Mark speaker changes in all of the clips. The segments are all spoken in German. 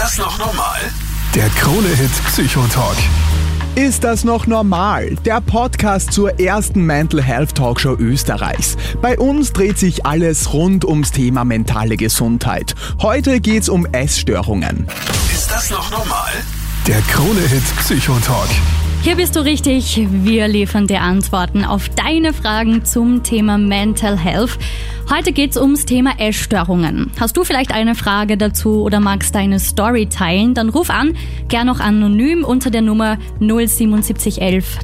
Speaker 1: das noch normal?
Speaker 2: Der Krone-Hit Psychotalk.
Speaker 3: Ist das noch normal? Der Podcast zur ersten Mental Health Talkshow Österreichs. Bei uns dreht sich alles rund ums Thema mentale Gesundheit. Heute geht's um Essstörungen.
Speaker 1: Ist das noch normal?
Speaker 2: Der Krone-Hit Psychotalk.
Speaker 4: Hier bist du richtig. Wir liefern dir Antworten auf deine Fragen zum Thema Mental Health. Heute geht's ums Thema Essstörungen. Hast du vielleicht eine Frage dazu oder magst deine Story teilen? Dann ruf an, gern auch anonym unter der Nummer 07711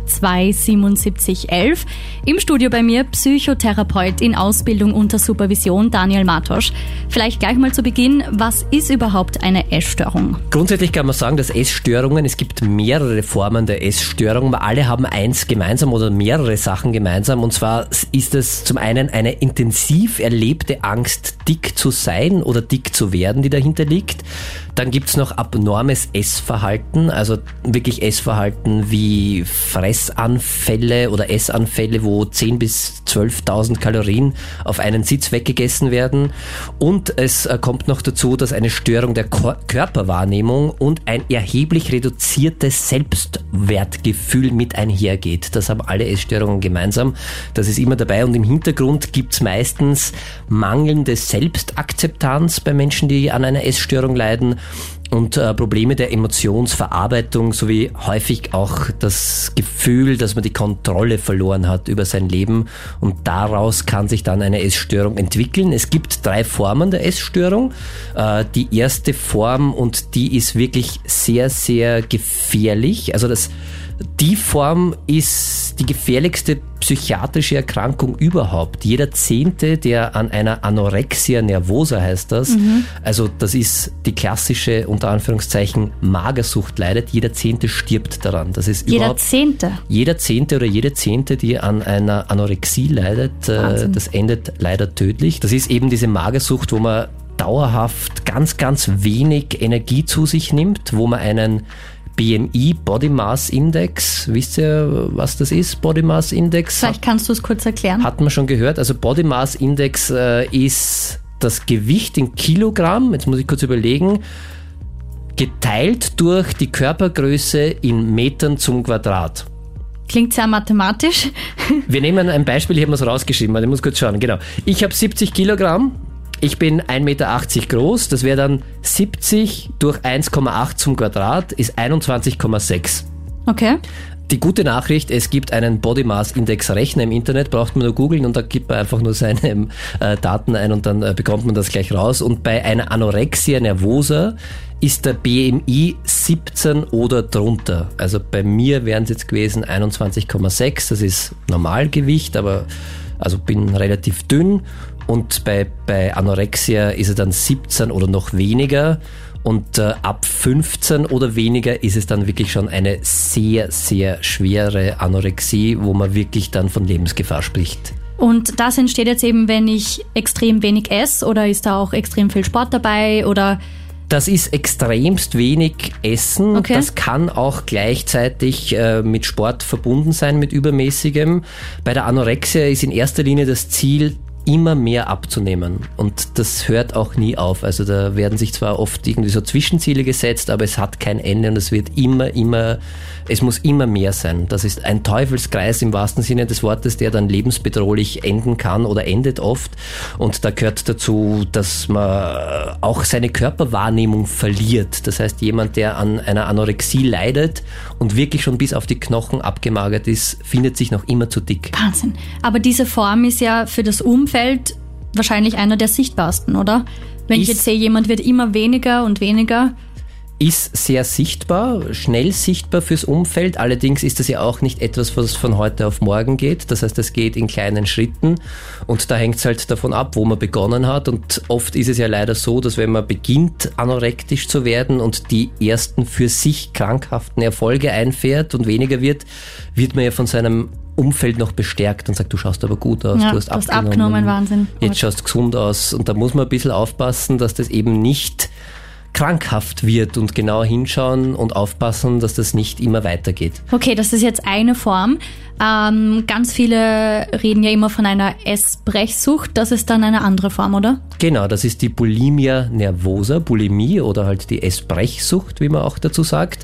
Speaker 4: 27711. Im Studio bei mir Psychotherapeut in Ausbildung unter Supervision Daniel Martosch. Vielleicht gleich mal zu Beginn, was ist überhaupt eine Essstörung?
Speaker 5: Grundsätzlich kann man sagen, dass Essstörungen, es gibt mehrere Formen der Essstörung, aber alle haben eins gemeinsam oder mehrere Sachen gemeinsam, und zwar ist es zum einen eine intensiv erlebte Angst, dick zu sein oder dick zu werden, die dahinter liegt. Dann gibt's noch abnormes Essverhalten, also wirklich Essverhalten wie Fressanfälle oder Essanfälle, wo 10.000 bis 12.000 Kalorien auf einen Sitz weggegessen werden. Und es kommt noch dazu, dass eine Störung der Körperwahrnehmung und ein erheblich reduziertes Selbstwertgefühl mit einhergeht. Das haben alle Essstörungen gemeinsam. Das ist immer dabei, und im Hintergrund gibt's meistens mangelnde Selbstakzeptanz bei Menschen, die an einer Essstörung leiden, und Probleme der Emotionsverarbeitung sowie häufig auch das Gefühl, dass man die Kontrolle verloren hat über sein Leben, und daraus kann sich dann eine Essstörung entwickeln. Es gibt 3 Formen der Essstörung. Die erste Form, und die ist wirklich sehr, sehr gefährlich, also die Form ist die gefährlichste psychiatrische Erkrankung überhaupt. Jeder 10., der an einer Anorexia nervosa heißt das, also das ist die klassische, unter Anführungszeichen, Magersucht leidet, jeder 10. stirbt daran. Das ist
Speaker 4: jeder 10.?
Speaker 5: Jeder 10. oder jede 10., die an einer Anorexie leidet, das endet leider tödlich. Das ist eben diese Magersucht, wo man dauerhaft ganz, ganz wenig Energie zu sich nimmt, wo man einen BMI, Body Mass Index, wisst ihr, was das ist, Body Mass Index?
Speaker 4: Vielleicht kannst du es kurz erklären.
Speaker 5: Hat man schon gehört, also Body Mass Index ist das Gewicht in Kilogramm, jetzt muss ich kurz überlegen, geteilt durch die Körpergröße in Metern zum Quadrat.
Speaker 4: Klingt sehr mathematisch.
Speaker 5: Wir nehmen ein Beispiel, ich habe mir es rausgeschrieben, ich muss kurz schauen, genau. Ich habe 70 Kilogramm. Ich bin 1,80 Meter groß, das wäre dann 70 durch 1,8 zum Quadrat ist 21,6.
Speaker 4: Okay.
Speaker 5: Die gute Nachricht, es gibt einen Body Mass Index Rechner im Internet, braucht man nur googeln, und da gibt man einfach nur seine Daten ein, und dann bekommt man das gleich raus. Und bei einer Anorexia nervosa ist der BMI 17 oder drunter. Also bei mir wären es jetzt gewesen 21,6, das ist Normalgewicht, aber also bin relativ dünn. Und bei Anorexia ist es dann 17 oder noch weniger, und ab 15 oder weniger ist es dann wirklich schon eine sehr, sehr schwere Anorexie, wo man wirklich dann von Lebensgefahr spricht.
Speaker 4: Und das entsteht jetzt eben, wenn ich extrem wenig esse, oder ist da auch extrem viel Sport dabei, oder?
Speaker 5: Das ist extremst wenig Essen.
Speaker 4: Okay.
Speaker 5: Das kann auch gleichzeitig mit Sport verbunden sein, mit übermäßigem. Bei der Anorexia ist in erster Linie das Ziel, immer mehr abzunehmen, und das hört auch nie auf. Also da werden sich zwar oft irgendwie so Zwischenziele gesetzt, aber es hat kein Ende, und es wird es muss immer mehr sein. Das ist ein Teufelskreis im wahrsten Sinne des Wortes, der dann lebensbedrohlich enden kann oder endet oft, und da gehört dazu, dass man auch seine Körperwahrnehmung verliert. Das heißt, jemand, der an einer Anorexie leidet und wirklich schon bis auf die Knochen abgemagert ist, findet sich noch immer zu dick.
Speaker 4: Wahnsinn. Aber diese Form ist ja für das Umfeld wahrscheinlich einer der sichtbarsten, oder? Wenn ich jetzt sehe, jemand wird immer weniger und weniger.
Speaker 5: Ist sehr sichtbar, schnell sichtbar fürs Umfeld. Allerdings ist das ja auch nicht etwas, was von heute auf morgen geht. Das heißt, es geht in kleinen Schritten, und da hängt es halt davon ab, wo man begonnen hat. Und oft ist es ja leider so, dass wenn man beginnt, anorektisch zu werden und die ersten für sich krankhaften Erfolge einfährt und weniger wird man ja von seinem Umfeld noch bestärkt und sagt, du schaust aber gut aus,
Speaker 4: ja,
Speaker 5: du hast abgenommen,
Speaker 4: Wahnsinn.
Speaker 5: Jetzt schaust du gesund aus, und da muss man ein bisschen aufpassen, dass das eben nicht krankhaft wird und genauer hinschauen und aufpassen, dass das nicht immer weitergeht.
Speaker 4: Okay, das ist jetzt eine Form. Ganz viele reden ja immer von einer Essbrechsucht. Das ist dann eine andere Form, oder?
Speaker 5: Genau, das ist die Bulimia nervosa, Bulimie oder halt die Essbrechsucht, wie man auch dazu sagt.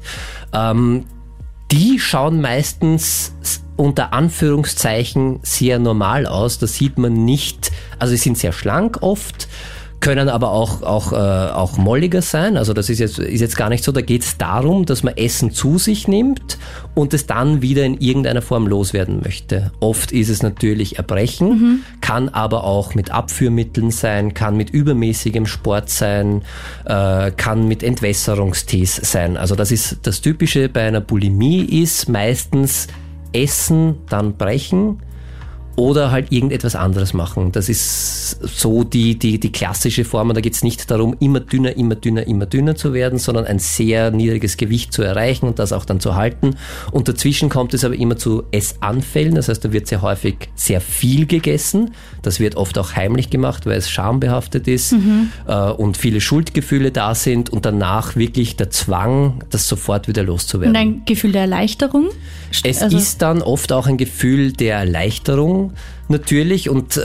Speaker 5: Die schauen meistens unter Anführungszeichen sehr normal aus. Das sieht man nicht, also sie sind sehr schlank oft, können aber auch molliger sein. Also das ist jetzt gar nicht so. Da geht es darum, dass man Essen zu sich nimmt und es dann wieder in irgendeiner Form loswerden möchte. Oft ist es natürlich Erbrechen, kann aber auch mit Abführmitteln sein, kann mit übermäßigem Sport sein, kann mit Entwässerungstees sein. Also das ist das Typische bei einer Bulimie ist meistens Essen, dann brechen oder halt irgendetwas anderes machen. Das ist so die klassische Form. Und da geht es nicht darum, immer dünner zu werden, sondern ein sehr niedriges Gewicht zu erreichen und das auch dann zu halten. Und dazwischen kommt es aber immer zu Essanfällen. Das heißt, da wird sehr häufig sehr viel gegessen. Das wird oft auch heimlich gemacht, weil es schambehaftet ist und viele Schuldgefühle da sind und danach wirklich der Zwang, das sofort wieder loszuwerden.
Speaker 4: Und ein Gefühl der Erleichterung?
Speaker 5: Es ist dann oft auch ein Gefühl der Erleichterung natürlich und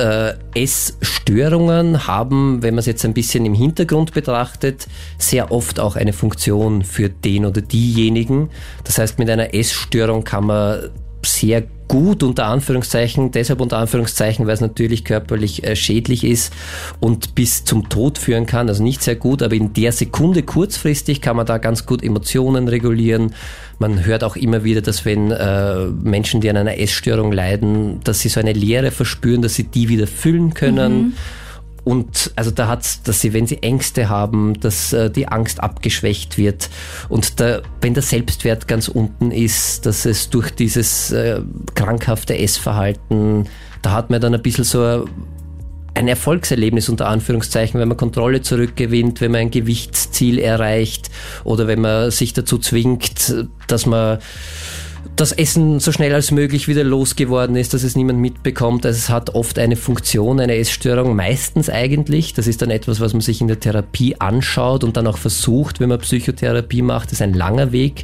Speaker 5: Essstörungen haben, wenn man es jetzt ein bisschen im Hintergrund betrachtet, sehr oft auch eine Funktion für den oder diejenigen. Das heißt, mit einer Essstörung kann man sehr gut unter Anführungszeichen, deshalb unter Anführungszeichen, weil es natürlich körperlich schädlich ist und bis zum Tod führen kann, also nicht sehr gut, aber in der Sekunde kurzfristig kann man da ganz gut Emotionen regulieren. Man hört auch immer wieder, dass wenn Menschen, die an einer Essstörung leiden, dass sie so eine Leere verspüren, dass sie die wieder füllen können. Und also da hat's, dass sie, wenn sie Ängste haben, dass die Angst abgeschwächt wird und wenn der Selbstwert ganz unten ist, dass es durch dieses krankhafte Essverhalten, da hat man dann ein bisschen so ein Erfolgserlebnis unter Anführungszeichen, wenn man Kontrolle zurückgewinnt, wenn man ein Gewichtsziel erreicht oder wenn man sich dazu zwingt, dass man das Essen so schnell als möglich wieder losgeworden ist, dass es niemand mitbekommt. Also es hat oft eine Funktion, eine Essstörung, meistens eigentlich. Das ist dann etwas, was man sich in der Therapie anschaut und dann auch versucht, wenn man Psychotherapie macht, das ist ein langer Weg,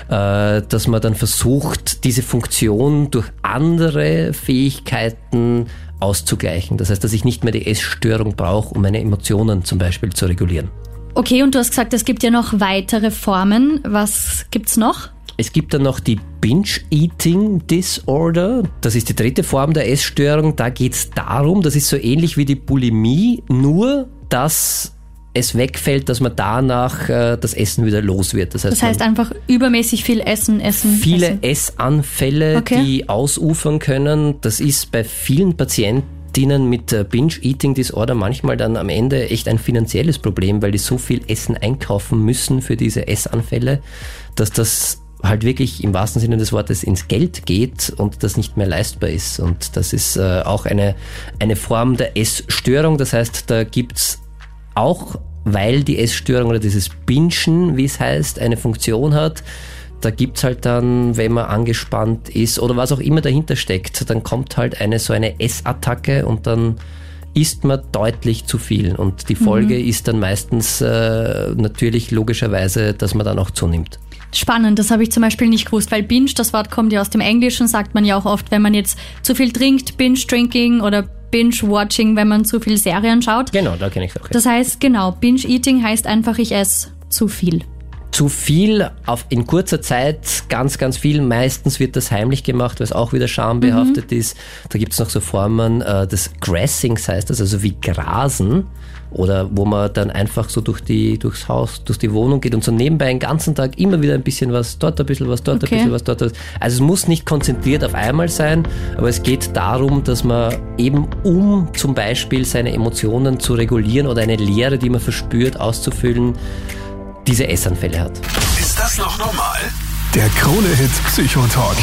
Speaker 5: dass man dann versucht, diese Funktion durch andere Fähigkeiten auszugleichen. Das heißt, dass ich nicht mehr die Essstörung brauche, um meine Emotionen zum Beispiel zu regulieren.
Speaker 4: Okay, und du hast gesagt, es gibt ja noch weitere Formen. Was gibt's noch?
Speaker 5: Es gibt dann noch die Binge-Eating Disorder. Das ist die dritte Form der Essstörung. Da geht es darum, das ist so ähnlich wie die Bulimie, nur dass es wegfällt, dass man danach das Essen wieder los wird. Das heißt
Speaker 4: einfach übermäßig viel Essen.
Speaker 5: Viele Essanfälle, die ausufern können. Das ist bei vielen Patienten mit Binge-Eating Disorder manchmal dann am Ende echt ein finanzielles Problem, weil die so viel Essen einkaufen müssen für diese Essanfälle, dass das halt wirklich im wahrsten Sinne des Wortes ins Geld geht und das nicht mehr leistbar ist. Und das ist auch eine Form der Essstörung. Das heißt, da gibt's auch, weil die Essstörung oder dieses Bingen, wie es heißt, eine Funktion hat, da gibt's halt dann, wenn man angespannt ist oder was auch immer dahinter steckt, dann kommt halt so eine Essattacke und dann isst man deutlich zu viel. Und die Folge ist dann meistens natürlich logischerweise, dass man dann auch zunimmt.
Speaker 4: Spannend, das habe ich zum Beispiel nicht gewusst, weil Binge, das Wort kommt ja aus dem Englischen, sagt man ja auch oft, wenn man jetzt zu viel trinkt, Binge-Drinking oder Binge-Watching, wenn man zu viel Serien schaut.
Speaker 5: Genau, da kenne ich es auch.
Speaker 4: Das heißt, genau, Binge-Eating heißt einfach, ich esse zu viel.
Speaker 5: Zu viel, in kurzer Zeit, ganz, ganz viel. Meistens wird das heimlich gemacht, weil es auch wieder schambehaftet ist. Da gibt es noch so Formen des Grassings, heißt das, also wie Grasen. Oder wo man dann einfach so durchs Haus, durch die Wohnung geht und so nebenbei den ganzen Tag immer wieder ein bisschen was, dort ein bisschen was, dort ein bisschen was, dort was. Also es muss nicht konzentriert auf einmal sein, aber es geht darum, dass man eben, um zum Beispiel seine Emotionen zu regulieren oder eine Leere, die man verspürt, auszufüllen, diese Essanfälle hat.
Speaker 1: Ist das noch normal?
Speaker 2: Der Krone-Hit Psychotalk.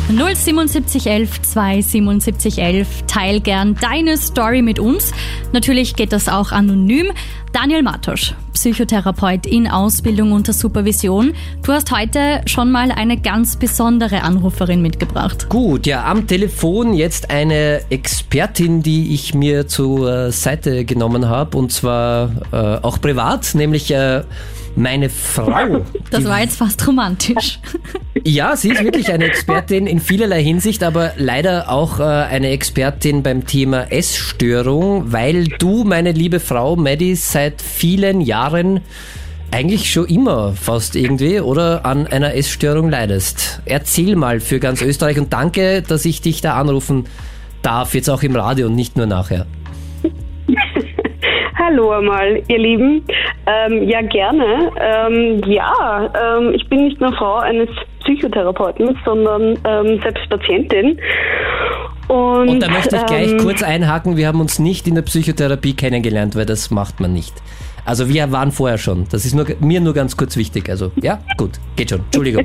Speaker 4: 07711 27711. Teil gern deine Story mit uns. Natürlich geht das auch anonym. Daniel Matosch, Psychotherapeut in Ausbildung unter Supervision. Du hast heute schon mal eine ganz besondere Anruferin mitgebracht.
Speaker 5: Gut, ja, am Telefon jetzt eine Expertin, die ich mir zur Seite genommen habe, und zwar auch privat, nämlich meine Frau.
Speaker 4: Das war jetzt fast romantisch.
Speaker 5: Ja, sie ist wirklich eine Expertin in vielerlei Hinsicht, aber leider auch eine Expertin beim Thema Essstörung, weil du, meine liebe Frau Maddie, seit vielen Jahren, eigentlich schon immer fast irgendwie, oder an einer Essstörung leidest. Erzähl mal für ganz Österreich und danke, dass ich dich da anrufen darf, jetzt auch im Radio und nicht nur nachher.
Speaker 6: Hallo einmal, ihr Lieben. Ja, gerne. Ich bin nicht nur Frau eines Psychotherapeuten, sondern selbst Patientin. Und
Speaker 5: da möchte ich gleich kurz einhaken, wir haben uns nicht in der Psychotherapie kennengelernt, weil das macht man nicht. Also wir waren vorher schon. Das ist mir nur ganz kurz wichtig. Also ja, gut, geht schon. Entschuldigung.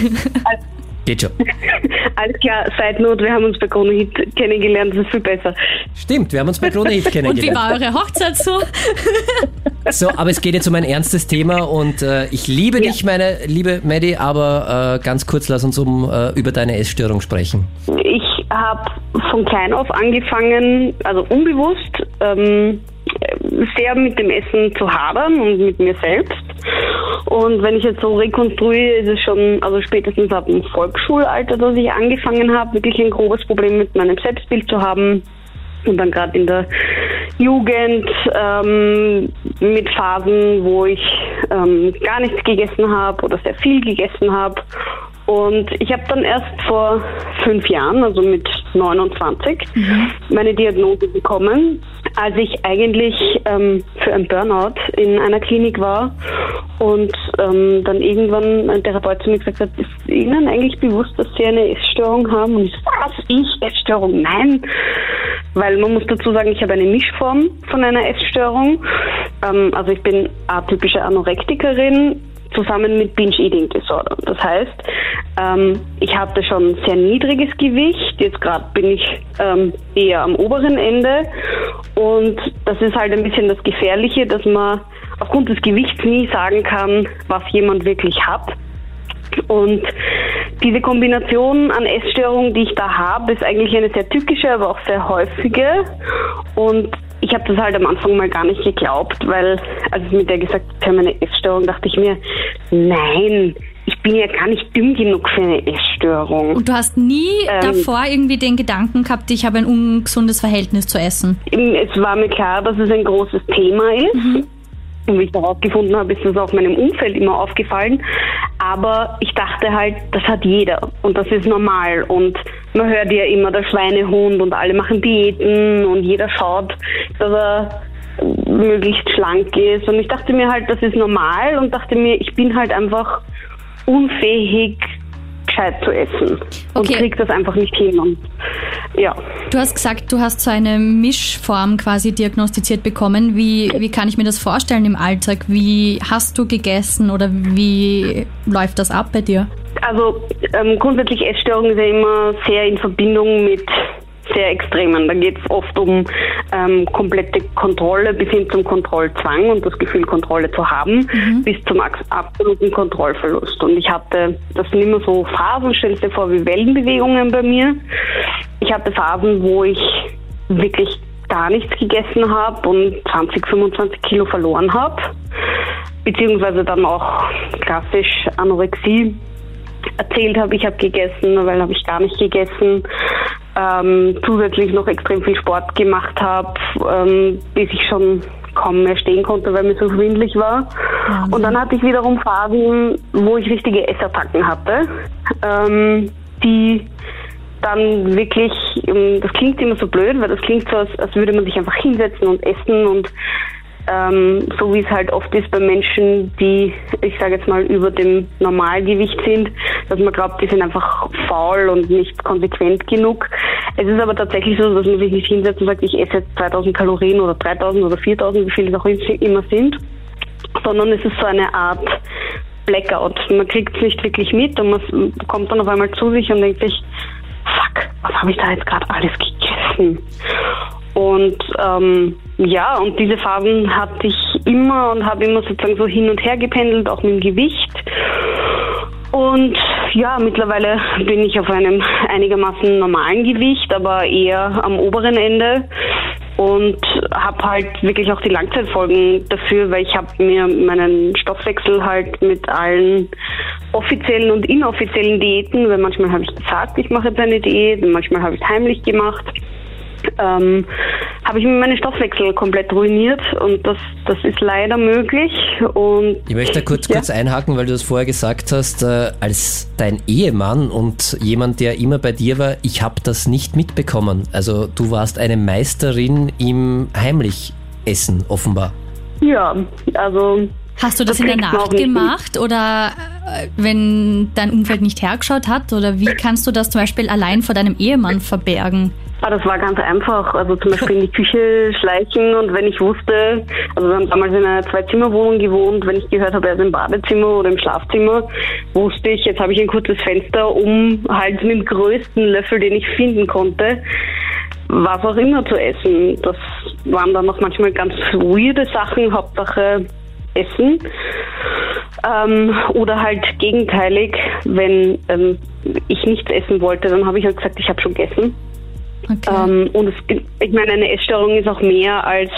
Speaker 5: Geht schon.
Speaker 6: Alles klar, Side Note, wir haben uns bei Krone Hit kennengelernt, das ist viel besser.
Speaker 5: Stimmt, wir haben uns bei Krone Hit kennengelernt.
Speaker 4: Und wie war eure Hochzeit so?
Speaker 5: So, aber es geht jetzt um ein ernstes Thema und ich liebe dich, meine liebe Maddie, aber ganz kurz, lass uns über deine Essstörung sprechen.
Speaker 6: Ich habe von klein auf angefangen, also unbewusst, sehr mit dem Essen zu hadern und mit mir selbst. Und wenn ich jetzt so rekonstruiere, ist es schon, also spätestens ab dem Volksschulalter, dass ich angefangen habe, wirklich ein grobes Problem mit meinem Selbstbild zu haben. Und dann gerade in der Jugend mit Phasen, wo ich gar nichts gegessen habe oder sehr viel gegessen habe. Und ich habe dann erst vor 5 Jahren, also mit 29, meine Diagnose bekommen, als ich eigentlich für ein Burnout in einer Klinik war und dann irgendwann ein Therapeut zu mir gesagt hat, ist Ihnen eigentlich bewusst, dass Sie eine Essstörung haben? Und ich so, was? Ich? Essstörung? Nein. Weil man muss dazu sagen, ich habe eine Mischform von einer Essstörung. Also ich bin atypische Anorektikerin, zusammen mit Binge-Eating-Disorder. Das heißt, ich hatte schon sehr niedriges Gewicht, jetzt gerade bin ich eher am oberen Ende und das ist halt ein bisschen das Gefährliche, dass man aufgrund des Gewichts nie sagen kann, was jemand wirklich hat. Und diese Kombination an Essstörungen, die ich da habe, ist eigentlich eine sehr tückische, aber auch sehr häufige. Und ich habe das halt am Anfang mal gar nicht geglaubt, weil als ich mit der gesagt habe, ich habe eine Essstörung, dachte ich mir, nein, ich bin ja gar nicht dünn genug für eine Essstörung.
Speaker 4: Und du hast nie davor irgendwie den Gedanken gehabt, ich habe ein ungesundes Verhältnis zu Essen?
Speaker 6: Es war mir klar, dass es ein großes Thema ist. Und wie ich herausgefunden habe, ist das auch meinem Umfeld immer aufgefallen. Aber ich dachte halt, das hat jeder und das ist normal. Und man hört ja immer, der Schweinehund und alle machen Diäten und jeder schaut, dass er möglichst schlank ist. Und ich dachte mir halt, das ist normal und dachte mir, ich bin halt einfach unfähig, gescheit zu essen. Und krieg das einfach nicht hin. Und ja.
Speaker 4: Du hast gesagt, du hast so eine Mischform quasi diagnostiziert bekommen. Wie kann ich mir das vorstellen im Alltag? Wie hast du gegessen oder wie läuft das ab bei dir?
Speaker 6: Also grundsätzlich Essstörung ist ja immer sehr in Verbindung mit sehr extremen. Da geht es oft um komplette Kontrolle bis hin zum Kontrollzwang und das Gefühl, Kontrolle zu haben, bis zum absoluten Kontrollverlust. Und ich hatte, das sind immer so Phasen, stellst dir vor, wie Wellenbewegungen bei mir. Ich hatte Phasen, wo ich wirklich gar nichts gegessen habe und 20, 25 Kilo verloren habe. Beziehungsweise dann auch klassisch Anorexie erzählt habe, ich habe gegessen, weil habe ich gar nicht gegessen. Zusätzlich noch extrem viel Sport gemacht habe, bis ich schon kaum mehr stehen konnte, weil mir so schwindelig war. Wahnsinn. Und dann hatte ich wiederum Phasen, wo ich richtige Essattacken hatte, die dann wirklich, das klingt immer so blöd, weil das klingt so, als würde man sich einfach hinsetzen und essen und so wie es halt oft ist bei Menschen, die, ich sage jetzt mal, über dem Normalgewicht sind, dass man glaubt, die sind einfach faul und nicht konsequent genug. Es ist aber tatsächlich so, dass man sich nicht hinsetzt und sagt, ich esse jetzt 2000 Kalorien oder 3000 oder 4000, wie viel es auch immer sind, sondern es ist so eine Art Blackout. Man kriegt es nicht wirklich mit und man kommt dann auf einmal zu sich und denkt sich, fuck, was habe ich da jetzt gerade alles gegessen? Und und diese Phasen hatte ich immer und habe immer sozusagen so hin und her gependelt, auch mit dem Gewicht. Und ja, mittlerweile bin ich auf einem einigermaßen normalen Gewicht, aber eher am oberen Ende und habe halt wirklich auch die Langzeitfolgen dafür, weil ich habe mir meinen Stoffwechsel halt mit allen offiziellen und inoffiziellen Diäten, weil manchmal habe ich gesagt, ich mache jetzt eine Diät, manchmal habe ich es heimlich gemacht, habe ich mir meinen Stoffwechsel komplett ruiniert und das ist leider möglich. Und
Speaker 5: ich möchte da kurz einhaken, weil du das vorher gesagt hast, als dein Ehemann und jemand, der immer bei dir war, ich habe das nicht mitbekommen. Also du warst eine Meisterin im Heimlichessen, offenbar.
Speaker 6: Ja, also...
Speaker 4: Hast du das in der Nacht gemacht oder wenn dein Umfeld nicht hergeschaut hat? Oder wie kannst du das zum Beispiel allein vor deinem Ehemann verbergen?
Speaker 6: Das war ganz einfach. Also zum Beispiel in die Küche schleichen und wenn ich wusste, also wir haben damals in einer 2-Zimmer-Wohnung gewohnt, wenn ich gehört habe, er ist im Badezimmer oder im Schlafzimmer, wusste ich, jetzt habe ich ein kurzes Fenster, um halt mit dem größten Löffel, den ich finden konnte, was auch immer zu essen. Das waren dann noch manchmal ganz weirde Sachen, Hauptsache Essen. Oder halt gegenteilig, wenn ich nichts essen wollte, dann habe ich halt gesagt, ich habe schon gegessen.
Speaker 4: Okay.
Speaker 6: Und ich meine, eine Essstörung ist auch mehr als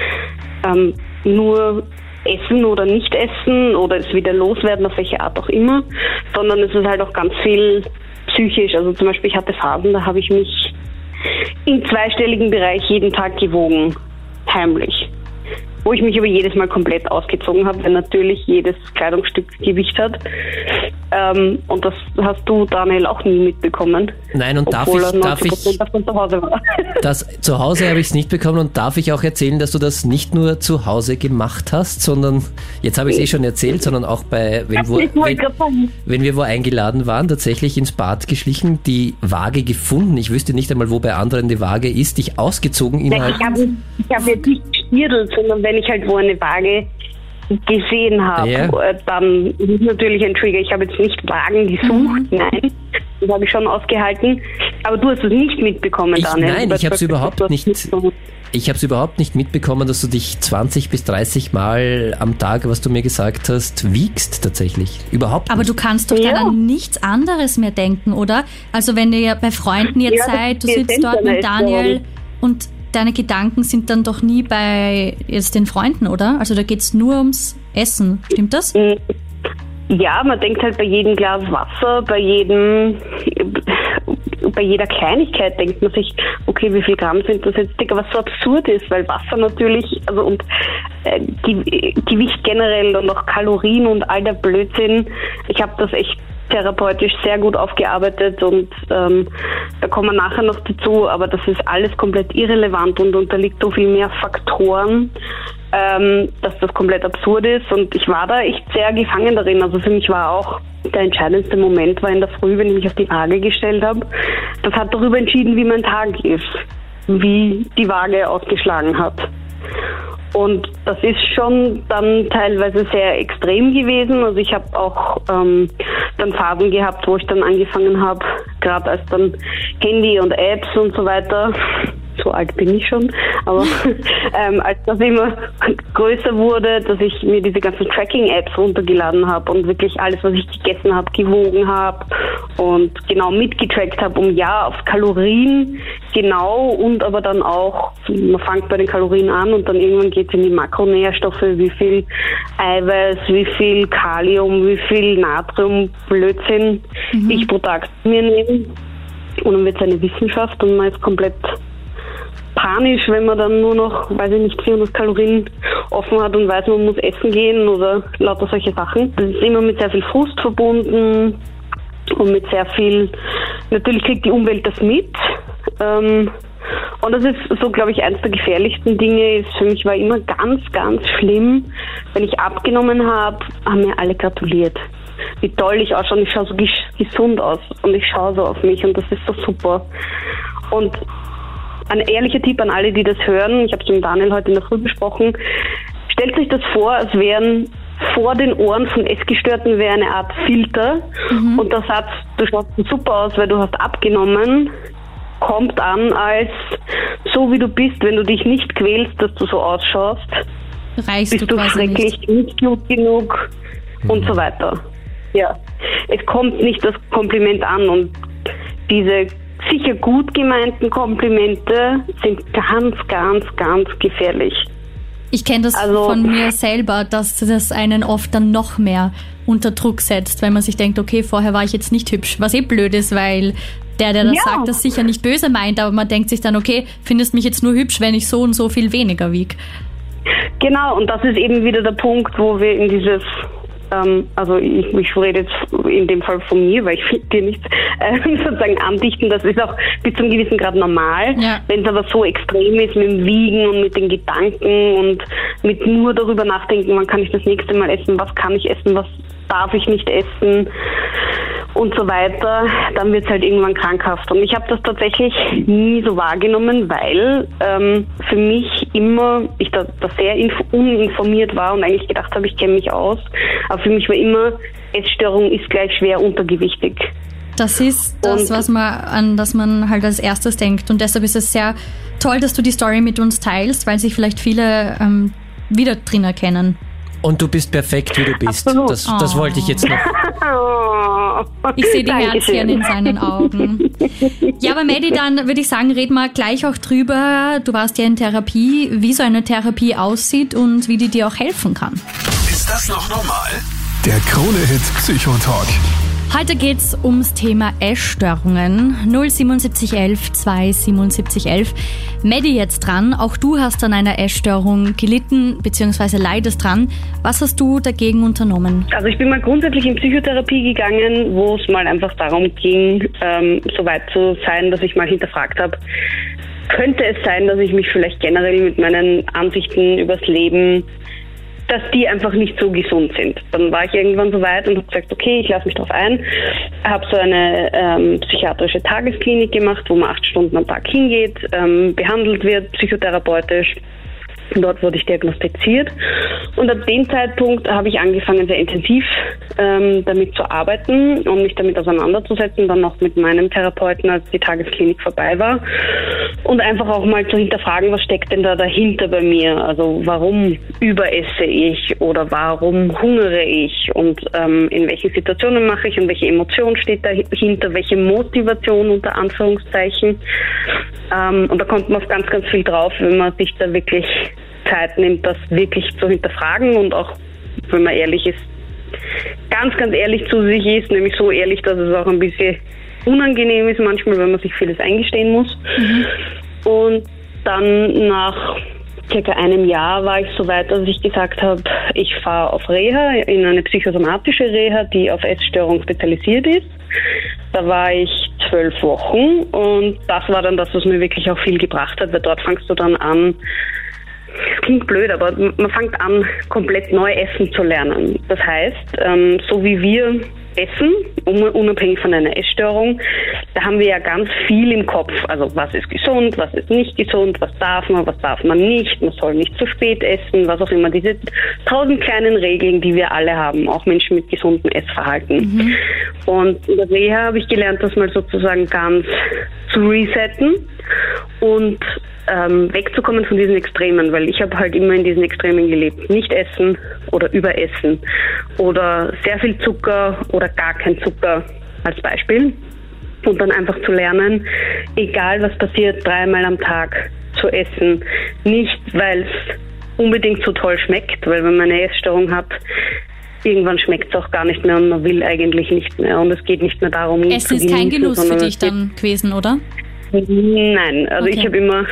Speaker 6: nur Essen oder nicht essen oder es wieder loswerden, auf welche Art auch immer, sondern es ist halt auch ganz viel psychisch. Also zum Beispiel, ich hatte Phasen, da habe ich mich im zweistelligen Bereich jeden Tag gewogen, heimlich. Wo ich mich aber jedes Mal komplett ausgezogen habe, weil natürlich jedes Kleidungsstück Gewicht hat. Und das hast du, Daniel, auch nie mitbekommen.
Speaker 5: Nein, und darf ich
Speaker 6: davon zu Hause war.
Speaker 5: Zu Hause habe ich es nicht bekommen und darf ich auch erzählen, dass du das nicht nur zu Hause gemacht hast, sondern, jetzt habe ich es schon erzählt, sondern auch wenn wir wo eingeladen waren, tatsächlich ins Bad geschlichen, die Waage gefunden. Ich wüsste nicht einmal, wo bei anderen die Waage ist, dich ausgezogen innerhalb...
Speaker 6: Ich habe jetzt nicht gestierdelt, sondern wenn ich halt wo eine Waage gesehen habe, dann ist es natürlich ein Trigger. Ich habe jetzt nicht Wagen gesucht, nein, das habe ich schon ausgehalten, aber du hast es nicht mitbekommen, Daniel.
Speaker 5: Nein, ich habe es überhaupt nicht mitbekommen, dass du dich 20 bis 30 Mal am Tag, was du mir gesagt hast, wiegst tatsächlich. Überhaupt nicht.
Speaker 4: Aber du kannst doch dann an nichts anderes mehr denken, oder? Also wenn ihr bei Freunden jetzt seid, du sitzt dort mit Daniel und deine Gedanken sind dann doch nie bei jetzt den Freunden, oder? Also da geht es nur ums Essen, stimmt das?
Speaker 6: Ja, man denkt halt bei jedem Glas Wasser, bei jeder Kleinigkeit denkt man sich, okay, wie viel Gramm sind das jetzt, was so absurd ist, weil Wasser natürlich, also und Gewicht generell und auch Kalorien und all der Blödsinn, ich habe das echt therapeutisch sehr gut aufgearbeitet und da kommen wir nachher noch dazu, aber das ist alles komplett irrelevant und unterliegt so viel mehr Faktoren, dass das komplett absurd ist und ich war da echt sehr gefangen darin. Also für mich war auch der entscheidendste Moment war in der Früh, wenn ich mich auf die Waage gestellt habe. Das hat darüber entschieden, wie mein Tag ist, wie die Waage ausgeschlagen hat. Und das ist schon dann teilweise sehr extrem gewesen. Also ich habe auch dann Phasen gehabt, wo ich dann angefangen habe, gerade als dann Handy und Apps und so weiter, so alt bin ich schon, aber als das immer größer wurde, dass ich mir diese ganzen Tracking-Apps runtergeladen habe und wirklich alles, was ich gegessen habe, gewogen habe und genau mitgetrackt habe, um auf Kalorien genau und aber dann auch, man fängt bei den Kalorien an und dann irgendwann geht es in die Makronährstoffe, wie viel Eiweiß, wie viel Kalium, wie viel Natrium, Blödsinn ich pro Tag mir nehme. Und dann wird es eine Wissenschaft und man ist komplett panisch, wenn man dann nur noch, 400 Kalorien offen hat und weiß, man muss essen gehen oder lauter solche Sachen. Das ist immer mit sehr viel Frust verbunden und mit sehr viel, natürlich kriegt die Umwelt das mit. Und das ist so, glaube ich, eins der gefährlichsten Dinge. Für mich war immer ganz, ganz schlimm, wenn ich abgenommen habe, haben mir alle gratuliert. Wie toll ich ausschaue, ich schaue so gesund aus und ich schaue so auf mich und das ist so super. Und ein ehrlicher Tipp an alle, die das hören, ich habe es mit Daniel heute in der Früh besprochen, stellt sich das vor, als wären vor den Ohren von Essgestörten wäre eine Art Filter und der Satz, du schaust super aus, weil du hast abgenommen, kommt an als so wie du bist, wenn du dich nicht quälst, dass du so ausschaust,
Speaker 4: Reichst
Speaker 6: bist du schrecklich, nicht gut genug und so weiter. Ja, es kommt nicht das Kompliment an und diese sicher gut gemeinten Komplimente sind ganz, ganz, ganz gefährlich.
Speaker 4: Ich kenne das von mir selber, dass das einen oft dann noch mehr unter Druck setzt, weil man sich denkt, okay, vorher war ich jetzt nicht hübsch, was blöd ist, weil der das sagt, das sicher nicht böse meint, aber man denkt sich dann, okay, findest mich jetzt nur hübsch, wenn ich so und so viel weniger wiege.
Speaker 6: Genau, und das ist eben wieder der Punkt, wo wir in dieses, also ich rede jetzt in dem Fall von mir, weil ich will dir nicht sozusagen andichten, das ist auch bis zum gewissen Grad normal. Ja. Wenn es aber so extrem ist mit dem Wiegen und mit den Gedanken und mit nur darüber nachdenken, wann kann ich das nächste Mal essen, was kann ich essen, was darf ich nicht essen und so weiter, dann wird es halt irgendwann krankhaft. Und ich habe das tatsächlich nie so wahrgenommen, weil für mich immer, ich da sehr uninformiert war und eigentlich gedacht habe, ich kenne mich aus, aber für mich war immer, Essstörung ist gleich schwer untergewichtig.
Speaker 4: Das ist das, an das man halt als erstes denkt. Und deshalb ist es sehr toll, dass du die Story mit uns teilst, weil sich vielleicht viele wieder drin erkennen.
Speaker 5: Und du bist perfekt, wie du bist. Das wollte ich jetzt noch.
Speaker 4: Ich sehe die Herzchen in seinen Augen. Ja, aber Maddie, dann würde ich sagen, reden wir gleich auch drüber. Du warst ja in Therapie, wie so eine Therapie aussieht und wie die dir auch helfen kann.
Speaker 1: Ist das noch normal?
Speaker 2: Der Krone-Hit Psychotalk.
Speaker 4: Heute geht's ums Thema Essstörungen. 07711 27711. Maddie jetzt dran. Auch du hast an einer Essstörung gelitten bzw. leidest dran. Was hast du dagegen unternommen?
Speaker 6: Also ich bin mal grundsätzlich in Psychotherapie gegangen, wo es mal einfach darum ging, so weit zu sein, dass ich mal hinterfragt habe, könnte es sein, dass ich mich vielleicht generell mit meinen Ansichten übers Leben, dass die einfach nicht so gesund sind. Dann war ich irgendwann so weit und habe gesagt, okay, ich lasse mich drauf ein. Habe so eine psychiatrische Tagesklinik gemacht, wo man 8 Stunden am Tag hingeht, behandelt wird, psychotherapeutisch. Dort wurde ich diagnostiziert und ab dem Zeitpunkt habe ich angefangen, sehr intensiv damit zu arbeiten und mich damit auseinanderzusetzen, dann noch mit meinem Therapeuten, als die Tagesklinik vorbei war und einfach auch mal zu hinterfragen, was steckt denn da dahinter bei mir, also warum überesse ich oder warum hungere ich und in welchen Situationen mache ich und welche Emotion steht dahinter, welche Motivation unter Anführungszeichen und da kommt man auf ganz, ganz viel drauf, wenn man sich da wirklich Zeit nimmt, das wirklich zu hinterfragen und auch, wenn man ehrlich ist, ganz, ganz ehrlich zu sich ist, nämlich so ehrlich, dass es auch ein bisschen unangenehm ist manchmal, wenn man sich vieles eingestehen muss. Und dann nach circa einem Jahr war ich so weit, dass ich gesagt habe, ich fahre auf Reha, in eine psychosomatische Reha, die auf Essstörung spezialisiert ist. Da war ich 12 Wochen und das war dann das, was mir wirklich auch viel gebracht hat, weil dort fangst du dann an, es klingt blöd, aber man fängt an, komplett neu essen zu lernen. Das heißt, so wie wir essen, unabhängig von einer Essstörung, da haben wir ja ganz viel im Kopf. Also was ist gesund, was ist nicht gesund, was darf man nicht, man soll nicht zu spät essen, was auch immer. Diese 1000 kleinen Regeln, die wir alle haben, auch Menschen mit gesundem Essverhalten. Und in der Reha habe ich gelernt, das mal sozusagen ganz zu resetten und wegzukommen von diesen Extremen, weil ich habe halt immer in diesen Extremen gelebt. Nicht essen oder überessen oder sehr viel Zucker oder gar kein Zucker als Beispiel. Und dann einfach zu lernen, egal was passiert, 3-mal am Tag zu essen. Nicht, weil es unbedingt so toll schmeckt, weil wenn man eine Essstörung hat, irgendwann schmeckt es auch gar nicht mehr und man will eigentlich nicht mehr. Und es geht nicht mehr darum,
Speaker 4: Essen ist kein Genuss für dich dann gewesen, oder?
Speaker 6: Nein, also okay. Ich habe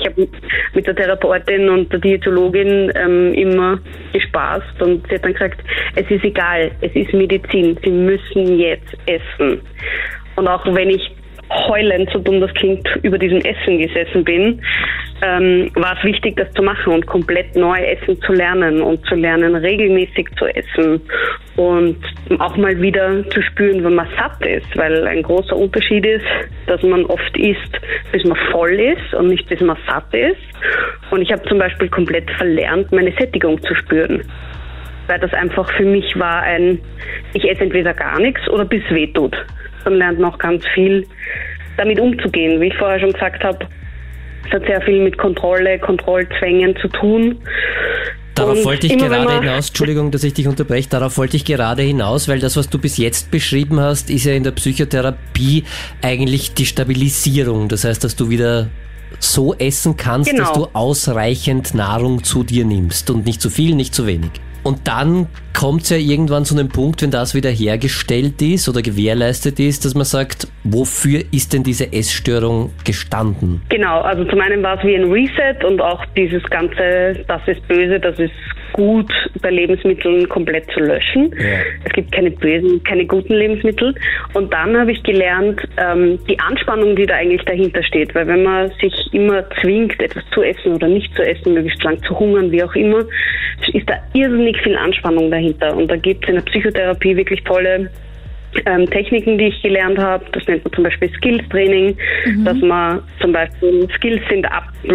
Speaker 6: mit der Therapeutin und der Diätologin immer gespaßt und sie hat dann gesagt, es ist egal, es ist Medizin, Sie müssen jetzt essen. Und auch wenn ich heulend, so dumm das klingt, über diesem Essen gesessen bin, war es wichtig, das zu machen und komplett neu essen zu lernen und zu lernen, regelmäßig zu essen und auch mal wieder zu spüren, wenn man satt ist, weil ein großer Unterschied ist, dass man oft isst, bis man voll ist und nicht bis man satt ist. Und ich habe zum Beispiel komplett verlernt, meine Sättigung zu spüren, weil das einfach für mich war ich esse entweder gar nichts oder bis weh tut. Dann lernt man auch ganz viel damit umzugehen. Wie ich vorher schon gesagt habe, es hat sehr viel mit Kontrolle, Kontrollzwängen zu tun.
Speaker 5: Darauf
Speaker 6: Und
Speaker 5: wollte ich
Speaker 6: immer,
Speaker 5: gerade
Speaker 6: wenn man-
Speaker 5: hinaus, Entschuldigung, dass ich dich unterbreche, darauf wollte ich gerade hinaus, weil das, was du bis jetzt beschrieben hast, ist ja in der Psychotherapie eigentlich die Stabilisierung. Das heißt, dass du wieder so essen kannst,
Speaker 6: Genau.
Speaker 5: dass du ausreichend Nahrung zu dir nimmst und nicht zu viel, nicht zu wenig. Und dann kommt es ja irgendwann zu einem Punkt, wenn das wieder hergestellt ist oder gewährleistet ist, dass man sagt, wofür ist denn diese Essstörung gestanden?
Speaker 6: Genau, also zum einen war es wie ein Reset und auch dieses ganze, das ist böse, das ist gut bei Lebensmitteln komplett zu löschen.
Speaker 5: Ja.
Speaker 6: Es gibt keine bösen, keine guten Lebensmittel. Und dann habe ich gelernt, die Anspannung, die da eigentlich dahinter steht. Weil wenn man sich immer zwingt, etwas zu essen oder nicht zu essen, möglichst lang zu hungern, wie auch immer, ist da irrsinnig viel Anspannung dahinter. Und da gibt es in der Psychotherapie wirklich tolle Techniken, die ich gelernt habe. Das nennt man zum Beispiel Skills-Training, dass man zum Beispiel, Skills sind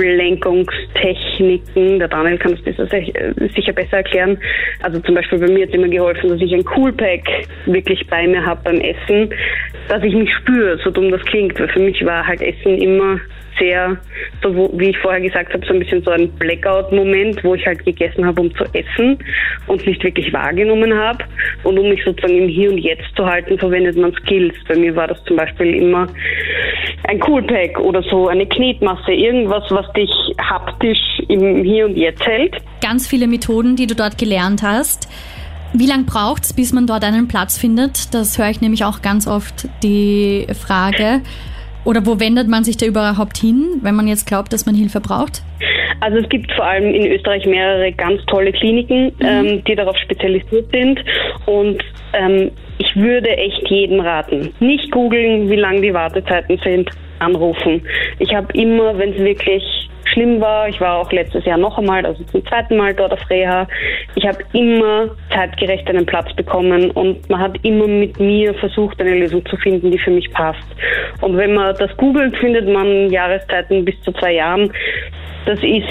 Speaker 6: Ablenkungstechniken, der Daniel kann das sicher besser erklären. Also zum Beispiel bei mir hat es immer geholfen, dass ich ein Coolpack wirklich bei mir habe beim Essen, dass ich mich spüre, so dumm das klingt, weil für mich war halt Essen immer sehr, so wie ich vorher gesagt habe, so ein bisschen so ein Blackout-Moment, wo ich halt gegessen habe, um zu essen und nicht wirklich wahrgenommen habe. Und um mich sozusagen im Hier und Jetzt zu halten, verwendet man Skills. Bei mir war das zum Beispiel immer ein Coolpack oder so, eine Knetmasse, irgendwas, was dich haptisch im Hier und Jetzt hält.
Speaker 4: Ganz viele Methoden, die du dort gelernt hast. Wie lange braucht es, bis man dort einen Platz findet? Das höre ich nämlich auch ganz oft, die Frage. Oder wo wendet man sich da überhaupt hin, wenn man jetzt glaubt, dass man Hilfe braucht?
Speaker 6: Also es gibt vor allem in Österreich mehrere ganz tolle Kliniken, die darauf spezialisiert sind. Und ich würde echt jedem raten, nicht googeln, wie lang die Wartezeiten sind, anrufen. Ich habe immer, wenn es wirklich schlimm war, ich war auch letztes Jahr noch einmal, also zum zweiten Mal dort auf Reha, ich habe immer zeitgerecht einen Platz bekommen und man hat immer mit mir versucht, eine Lösung zu finden, die für mich passt. Und wenn man das googelt, findet man Jahreszeiten bis zu 2 Jahren. Das ist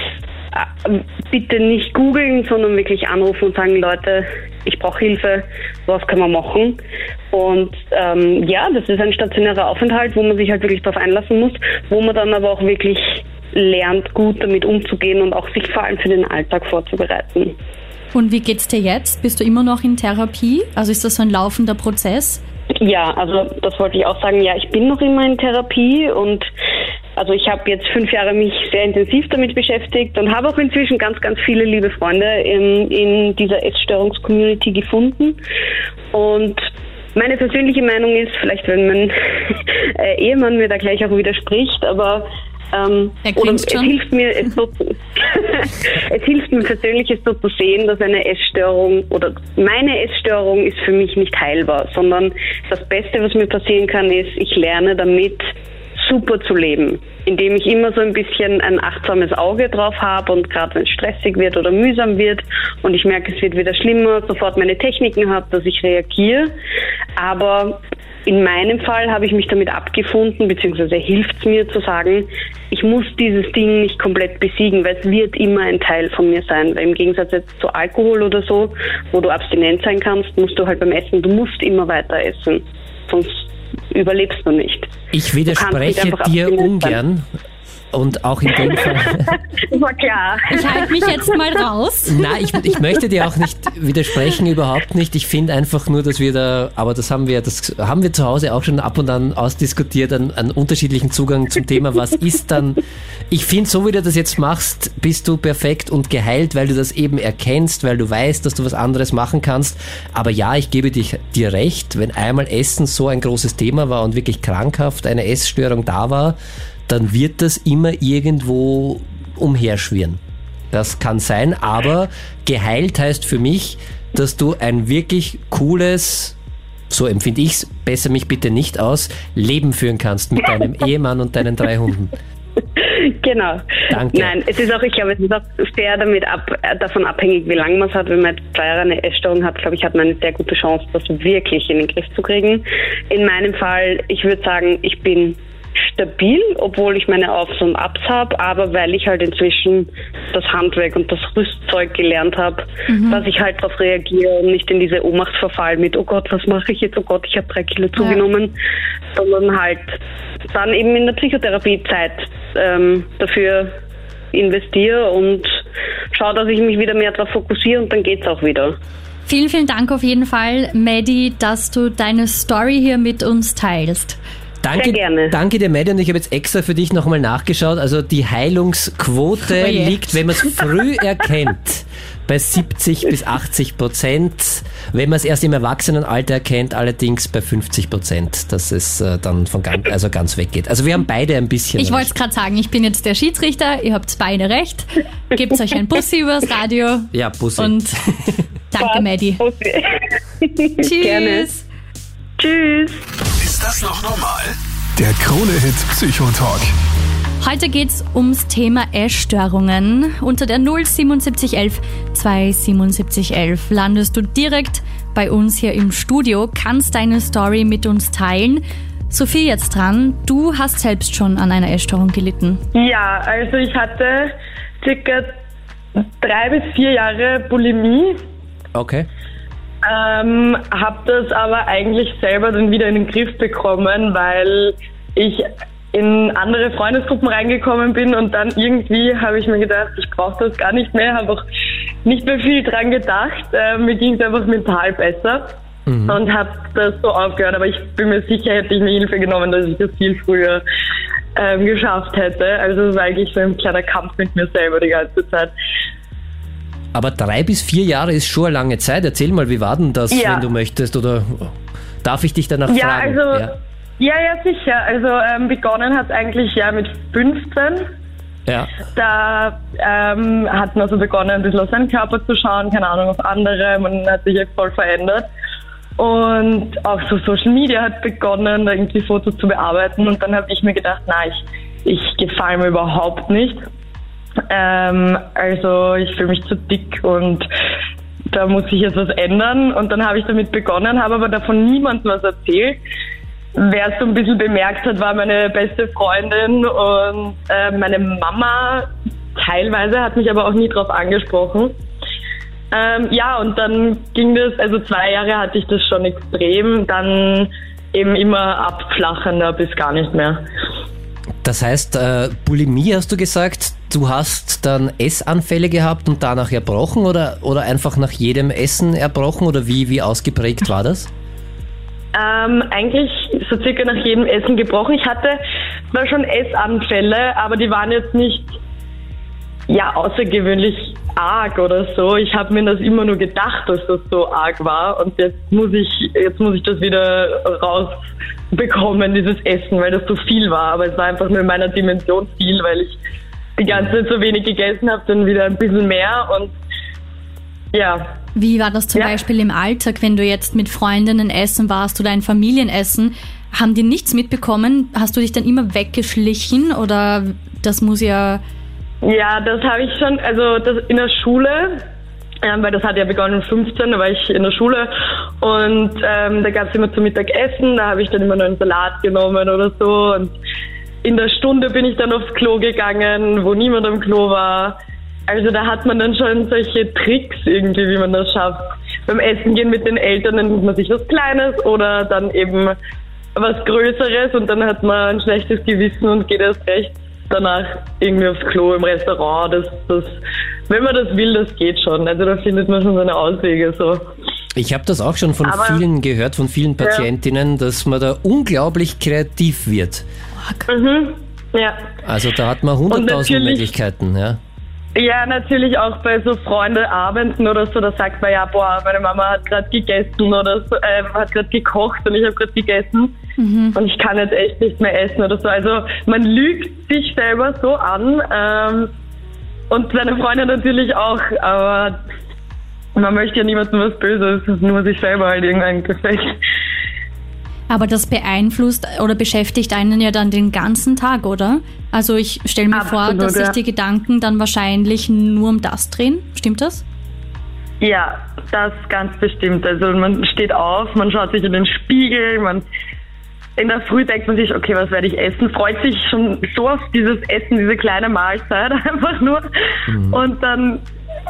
Speaker 6: bitte nicht googeln, sondern wirklich anrufen und sagen, Leute, ich brauche Hilfe, was können wir machen? Und das ist ein stationärer Aufenthalt, wo man sich halt wirklich darauf einlassen muss, wo man dann aber auch wirklich lernt, gut damit umzugehen und auch sich vor allem für den Alltag vorzubereiten.
Speaker 4: Und wie geht's dir jetzt? Bist du immer noch in Therapie? Also ist das so ein laufender Prozess?
Speaker 6: Ja, also das wollte ich auch sagen. Ja, ich bin noch immer in Therapie und also ich habe jetzt 5 Jahre mich sehr intensiv damit beschäftigt und habe auch inzwischen ganz, ganz viele liebe Freunde in dieser Essstörungs-Community gefunden. Und meine persönliche Meinung ist, vielleicht wenn mein Ehemann mir da gleich auch widerspricht, aber es hilft mir, es hilft mir persönlich, es so zu sehen, dass eine Essstörung oder meine Essstörung ist für mich nicht heilbar, sondern das Beste, was mir passieren kann, ist, ich lerne damit super zu leben, indem ich immer so ein bisschen ein achtsames Auge drauf habe und gerade wenn es stressig wird oder mühsam wird und ich merke, es wird wieder schlimmer, sofort meine Techniken habe, dass ich reagiere, aber in meinem Fall habe ich mich damit abgefunden, beziehungsweise hilft es mir zu sagen, ich muss dieses Ding nicht komplett besiegen, weil es wird immer ein Teil von mir sein. Weil im Gegensatz jetzt zu Alkohol oder so, wo du abstinent sein kannst, musst du halt beim Essen, du musst immer weiter essen, sonst überlebst du nicht.
Speaker 5: Ich widerspreche dir ungern. Und auch in dem Fall.
Speaker 6: Das war klar.
Speaker 4: Ich halte mich jetzt mal raus.
Speaker 5: Nein, ich möchte dir auch nicht widersprechen, überhaupt nicht. Ich finde einfach nur, dass wir da, aber das haben wir zu Hause auch schon ab und an ausdiskutiert, einen unterschiedlichen Zugang zum Thema, was ist dann. Ich finde, so wie du das jetzt machst, bist du perfekt und geheilt, weil du das eben erkennst, weil du weißt, dass du was anderes machen kannst. Aber ja, ich gebe dir recht, wenn einmal Essen so ein großes Thema war und wirklich krankhaft eine Essstörung da war, dann wird das immer irgendwo umherschwirren. Das kann sein, aber geheilt heißt für mich, dass du ein wirklich cooles, so empfinde ich's, besser mich bitte nicht aus, Leben führen kannst mit deinem Ehemann und deinen 3 Hunden.
Speaker 6: Genau.
Speaker 5: Danke.
Speaker 6: Nein, es ist auch sehr davon abhängig, wie lange man es hat. Wenn man 2 Jahre eine Essstörung hat, glaube ich, hat man eine sehr gute Chance, das wirklich in den Griff zu kriegen. In meinem Fall, ich würde sagen, ich bin stabil, obwohl ich meine Aufs und Abs habe, aber weil ich halt inzwischen das Handwerk und das Rüstzeug gelernt habe, dass ich halt darauf reagiere und nicht in diese Ohnmacht verfall mit, oh Gott, was mache ich jetzt, oh Gott, ich habe 3 Kilo zugenommen, sondern halt dann eben in der Psychotherapie Zeit dafür investiere und schaue, dass ich mich wieder mehr darauf fokussiere und dann geht's auch wieder.
Speaker 4: Vielen, vielen Dank auf jeden Fall, Maddie, dass du deine Story hier mit uns teilst.
Speaker 5: Danke,
Speaker 6: Sehr gerne.
Speaker 5: Danke dir, Maddie, und ich habe jetzt extra für dich nochmal nachgeschaut. Also die Heilungsquote liegt, wenn man es früh erkennt, bei 70-80%. Wenn man es erst im Erwachsenenalter erkennt, allerdings bei 50%, dass es dann ganz weggeht. Also wir haben beide ein bisschen.
Speaker 4: Ich wollte es gerade sagen, ich bin jetzt der Schiedsrichter, ihr habt beide recht. Gebt euch ein Bussi übers Radio.
Speaker 5: Ja, Bussi.
Speaker 4: Und danke, Maddie.
Speaker 6: Okay.
Speaker 4: Tschüss.
Speaker 6: Gerne. Tschüss.
Speaker 1: Ist das noch normal?
Speaker 2: Der Krone-Hit Psychotalk.
Speaker 4: Heute geht's ums Thema Essstörungen. Unter der 07711 27711 landest du direkt bei uns hier im Studio, kannst deine Story mit uns teilen. Sophie jetzt dran, du hast selbst schon an einer Essstörung gelitten.
Speaker 7: Ja, also ich hatte circa 3 bis 4 Jahre Bulimie.
Speaker 5: Okay.
Speaker 7: Habe das aber eigentlich selber dann wieder in den Griff bekommen, weil ich in andere Freundesgruppen reingekommen bin und dann irgendwie habe ich mir gedacht, ich brauche das gar nicht mehr, habe auch nicht mehr viel dran gedacht. Mir ging es einfach mental besser und habe das so aufgehört. Aber ich bin mir sicher, hätte ich mir Hilfe genommen, dass ich das viel früher geschafft hätte. Also es war eigentlich so ein kleiner Kampf mit mir selber die ganze Zeit.
Speaker 5: Aber 3 bis 4 Jahre ist schon eine lange Zeit. Erzähl mal, wie war denn das, wenn du möchtest? Oder darf ich dich danach fragen?
Speaker 7: Ja, sicher. Also begonnen hat es eigentlich mit 15.
Speaker 5: Ja.
Speaker 7: Da hat man so begonnen, ein bisschen auf seinen Körper zu schauen, keine Ahnung, auf andere. Man hat sich jetzt voll verändert. Und auch so Social Media hat begonnen, da irgendwie Fotos zu bearbeiten. Und dann habe ich mir gedacht, ich gefalle mir überhaupt nicht. Also ich fühle mich zu dick und da muss ich jetzt was ändern. Und dann habe ich damit begonnen, habe aber davon niemandem was erzählt. Wer es so ein bisschen bemerkt hat, war meine beste Freundin und meine Mama teilweise, hat mich aber auch nie drauf angesprochen. Und dann ging das, also 2 Jahre hatte ich das schon extrem, dann eben immer abflachender bis gar nicht mehr.
Speaker 5: Das heißt, Bulimie hast du gesagt, du hast dann Essanfälle gehabt und danach erbrochen oder einfach nach jedem Essen erbrochen oder wie ausgeprägt war das?
Speaker 7: Eigentlich so circa nach jedem Essen gebrochen. Ich hatte zwar schon Essanfälle, aber die waren jetzt nicht außergewöhnlich arg oder so. Ich habe mir das immer nur gedacht, dass das so arg war und jetzt muss ich das wieder rausbekommen, dieses Essen, weil das so viel war. Aber es war einfach nur in meiner Dimension viel, weil ich die ganze Zeit so wenig gegessen habe, dann wieder ein bisschen mehr und ja.
Speaker 4: Wie war das zum Beispiel im Alltag, wenn du jetzt mit Freundinnen essen warst oder ein Familienessen? Haben die nichts mitbekommen? Hast du dich dann immer weggeschlichen oder das muss ja...
Speaker 7: Ja, das habe ich schon, also das in der Schule, weil das hat ja begonnen mit 15, da war ich in der Schule und da gab es immer zum Mittagessen, da habe ich dann immer nur einen Salat genommen oder so und in der Stunde bin ich dann aufs Klo gegangen, wo niemand am Klo war. Also da hat man dann schon solche Tricks irgendwie, wie man das schafft. Beim Essen gehen mit den Eltern, dann nimmt man sich was Kleines oder dann eben was Größeres und dann hat man ein schlechtes Gewissen und geht erst recht danach irgendwie aufs Klo im Restaurant. Das, wenn man das will, das geht schon. Also da findet man schon seine Auswege so.
Speaker 5: Ich habe das auch schon von vielen gehört, von vielen Patientinnen, dass man da unglaublich kreativ wird.
Speaker 7: Ja.
Speaker 5: Also da hat man 100.000 Möglichkeiten, ja.
Speaker 7: Ja, natürlich auch bei so Freundeabenden oder so, da sagt man meine Mama hat gerade gegessen oder so, hat gerade gekocht und ich habe gerade gegessen und ich kann jetzt echt nicht mehr essen oder so. Also man lügt sich selber so an und seine Freunde natürlich auch, aber man möchte ja niemandem was Böses, nur sich selber halt irgendein Gefecht.
Speaker 4: Aber das beeinflusst oder beschäftigt einen ja dann den ganzen Tag, oder? Also ich stelle mir vor, dass sich die Gedanken dann wahrscheinlich nur um das drehen. Stimmt das?
Speaker 7: Ja, das ganz bestimmt. Also man steht auf, man schaut sich in den Spiegel, in der Früh denkt man sich, okay, was werde ich essen? Freut sich schon so auf dieses Essen, diese kleine Mahlzeit einfach nur. Und dann,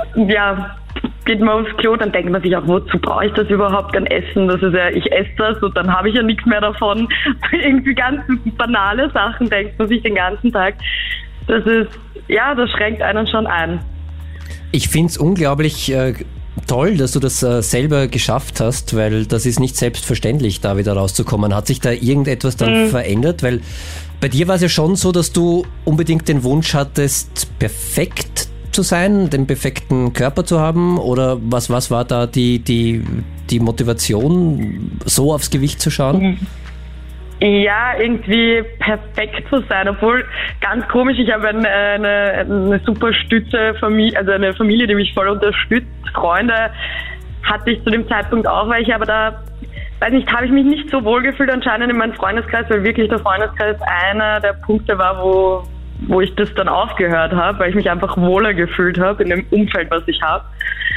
Speaker 7: geht man aufs Klo, dann denkt man sich auch, wozu brauche ich das überhaupt, ein Essen? Das ist ja, ich esse das und dann habe ich ja nichts mehr davon. Irgendwie ganz banale Sachen denkt man sich den ganzen Tag. Das ist, das schränkt einen schon ein.
Speaker 5: Ich finde es unglaublich toll, dass du das selber geschafft hast, weil das ist nicht selbstverständlich, da wieder rauszukommen. Hat sich da irgendetwas dann verändert? Weil bei dir war es ja schon so, dass du unbedingt den Wunsch hattest, perfekt zu sein, den perfekten Körper zu haben, oder was war da die Motivation, so aufs Gewicht zu schauen?
Speaker 7: Ja, irgendwie perfekt zu sein, obwohl ganz komisch, ich habe eine super Stütze-Familie, also eine Familie, die mich voll unterstützt. Freunde hatte ich zu dem Zeitpunkt auch, weil ich aber da, weiß nicht, habe ich mich nicht so wohl gefühlt anscheinend in meinem Freundeskreis, weil wirklich der Freundeskreis einer der Punkte war, wo ich das dann aufgehört habe, weil ich mich einfach wohler gefühlt habe in dem Umfeld, was ich habe.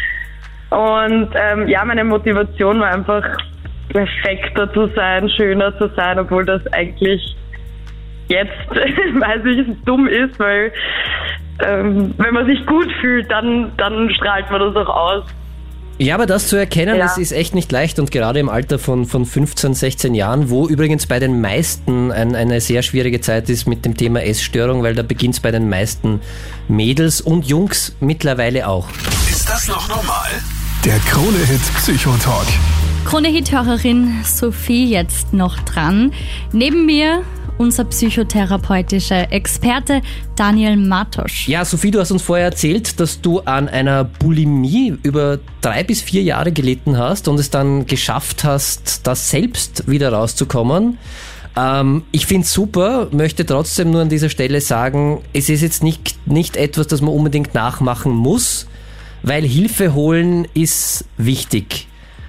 Speaker 7: Und meine Motivation war einfach, perfekter zu sein, schöner zu sein, obwohl das eigentlich jetzt, weiß ich, dumm ist, weil wenn man sich gut fühlt, dann strahlt man das auch aus.
Speaker 5: Ja, aber das zu erkennen, das ist echt nicht leicht, und gerade im Alter von 15, 16 Jahren, wo übrigens bei den meisten eine sehr schwierige Zeit ist mit dem Thema Essstörung, weil da beginnt es bei den meisten Mädels und Jungs mittlerweile auch.
Speaker 1: Ist das noch normal?
Speaker 2: Der Krone-Hit Psychotalk.
Speaker 4: Krone-Hit-Hörerin Sophie jetzt noch dran. Neben mir unser psychotherapeutischer Experte Daniel Matosch.
Speaker 5: Ja, Sophie, du hast uns vorher erzählt, dass du an einer Bulimie über 3 bis 4 Jahre gelitten hast und es dann geschafft hast, das selbst wieder rauszukommen. Ich finde es super, möchte trotzdem nur an dieser Stelle sagen, es ist jetzt nicht etwas, das man unbedingt nachmachen muss, weil Hilfe holen ist wichtig.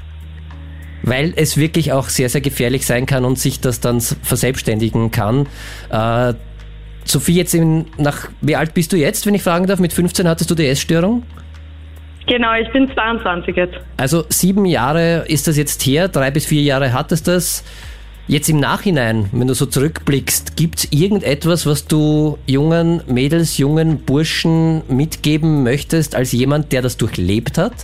Speaker 5: Weil es wirklich auch sehr, sehr gefährlich sein kann und sich das dann verselbstständigen kann. Sophie, jetzt wie alt bist du jetzt, wenn ich fragen darf? Mit 15 hattest du die Essstörung?
Speaker 7: Genau, ich bin 22 jetzt.
Speaker 5: Also 7 Jahre ist das jetzt her, 3 bis 4 Jahre hattest das. Jetzt im Nachhinein, wenn du so zurückblickst, gibt es irgendetwas, was du jungen Mädels, jungen Burschen mitgeben möchtest, als jemand, der das durchlebt hat?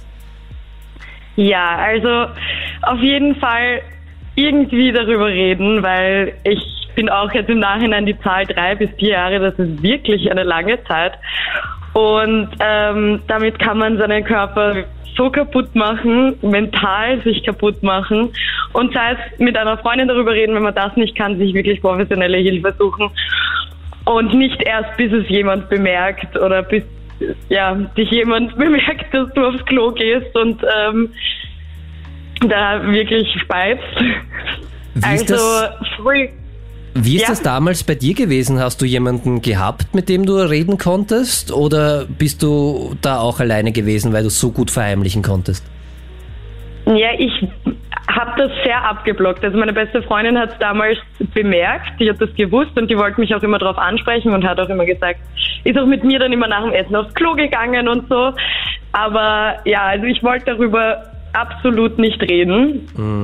Speaker 7: Ja, also auf jeden Fall irgendwie darüber reden, weil ich bin auch jetzt im Nachhinein die Zahl 3 bis 4 Jahre, das ist wirklich eine lange Zeit. Und damit kann man seinen Körper so kaputt machen, mental sich kaputt machen, und sei es mit einer Freundin darüber reden, wenn man das nicht kann, sich wirklich professionelle Hilfe suchen und nicht erst bis es jemand bemerkt oder bis dich jemand bemerkt, dass du aufs Klo gehst und da wirklich speizt.
Speaker 5: Wie ist das damals bei dir gewesen? Hast du jemanden gehabt, mit dem du reden konntest, oder bist du da auch alleine gewesen, weil du es so gut verheimlichen konntest?
Speaker 7: Ja, ich habe das sehr abgeblockt. Also meine beste Freundin hat es damals bemerkt, die hat das gewusst und die wollte mich auch immer darauf ansprechen und hat auch immer gesagt, ist auch mit mir dann immer nach dem Essen aufs Klo gegangen und so. Aber ja, also ich wollte darüber absolut nicht reden.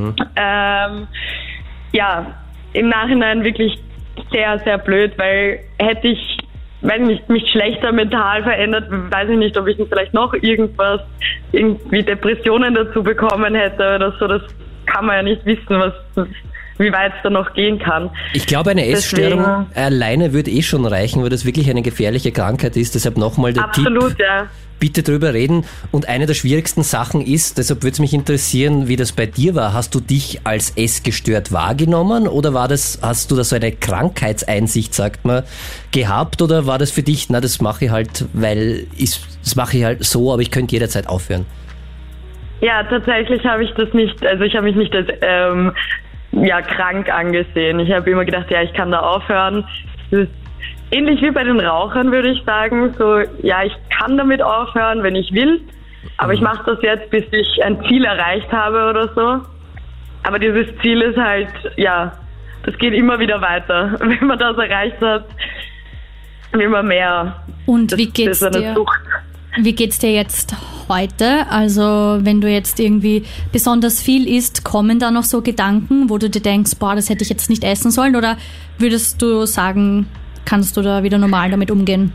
Speaker 7: Im Nachhinein wirklich sehr, sehr blöd, weil hätte ich, mich schlechter mental verändert, weiß ich nicht, ob ich vielleicht noch irgendwie Depressionen dazu bekommen hätte oder so. Das kann man ja nicht wissen, wie weit es da noch gehen kann.
Speaker 5: Ich glaube, eine Essstörung alleine würde schon reichen, weil das wirklich eine gefährliche Krankheit ist. Deshalb nochmal der Tipp. Absolut, ja. Bitte drüber reden. Und eine der schwierigsten Sachen ist, deshalb würde es mich interessieren, wie das bei dir war. Hast du dich als essgestört wahrgenommen, oder hast du da so eine Krankheitseinsicht, sagt man, gehabt, oder war das für dich, das mache ich halt, das mache ich halt so, aber ich könnte jederzeit aufhören?
Speaker 7: Ja, tatsächlich habe ich das nicht, also ich habe mich nicht als krank angesehen. Ich habe immer gedacht, ich kann da aufhören. Das ist ähnlich wie bei den Rauchern, würde ich sagen. So, ich kann damit aufhören, wenn ich will. Aber ich mache das jetzt, bis ich ein Ziel erreicht habe oder so. Aber dieses Ziel ist halt, das geht immer wieder weiter. Wenn man das erreicht hat, immer mehr.
Speaker 4: Und wie geht's dir? Wie geht's dir jetzt heute? Also wenn du jetzt irgendwie besonders viel isst, kommen da noch so Gedanken, wo du dir denkst, das hätte ich jetzt nicht essen sollen? Oder würdest du sagen, kannst du da wieder normal damit umgehen?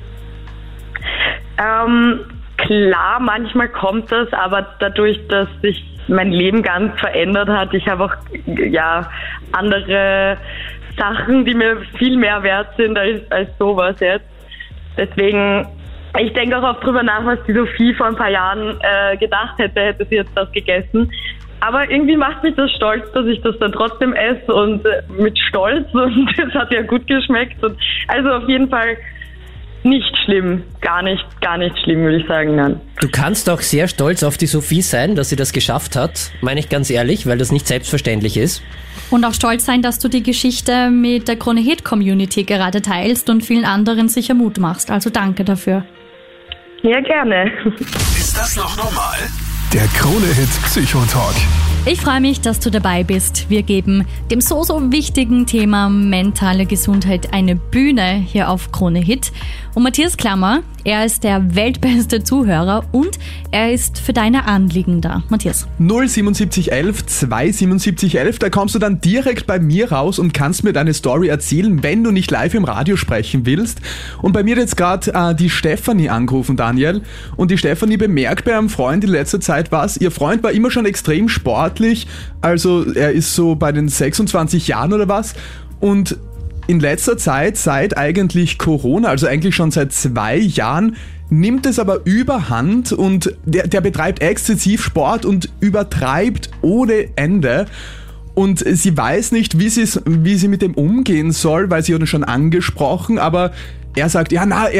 Speaker 7: Klar, manchmal kommt das, aber dadurch, dass sich mein Leben ganz verändert hat, ich habe auch andere Sachen, die mir viel mehr wert sind als sowas jetzt. Deswegen ich denke auch oft drüber nach, was die Sophie vor ein paar Jahren gedacht hätte sie jetzt das gegessen. Aber irgendwie macht mich das stolz, dass ich das dann trotzdem esse und mit Stolz, und es hat ja gut geschmeckt. Und also auf jeden Fall nicht schlimm, gar nicht schlimm, würde ich sagen. Nein.
Speaker 5: Du kannst auch sehr stolz auf die Sophie sein, dass sie das geschafft hat, meine ich ganz ehrlich, weil das nicht selbstverständlich ist.
Speaker 4: Und auch stolz sein, dass du die Geschichte mit der Krone-Hit-Community gerade teilst und vielen anderen sicher Mut machst. Also danke dafür.
Speaker 7: Ja, gerne.
Speaker 1: Ist das noch normal?
Speaker 2: Der Krone-Hit Psychotalk.
Speaker 4: Ich freue mich, dass du dabei bist. Wir geben dem so wichtigen Thema mentale Gesundheit eine Bühne hier auf Krone Hit. Und Matthias Klammer, er ist der weltbeste Zuhörer und er ist für deine Anliegen da. Matthias.
Speaker 3: 07711 27711, da kommst du dann direkt bei mir raus und kannst mir deine Story erzählen, wenn du nicht live im Radio sprechen willst. Und bei mir hat jetzt gerade die Stefanie angerufen, Daniel. Und die Stefanie bemerkt bei einem Freund in letzter Zeit was. Ihr Freund war immer schon extrem sportlich, also er ist so bei den 26 Jahren oder was. Und in letzter Zeit, seit eigentlich Corona, also eigentlich schon seit 2 Jahren, nimmt es aber überhand und der betreibt exzessiv Sport und übertreibt ohne Ende. Und sie weiß nicht, wie sie mit dem umgehen soll, weil sie hat ihn schon angesprochen, aber er sagt,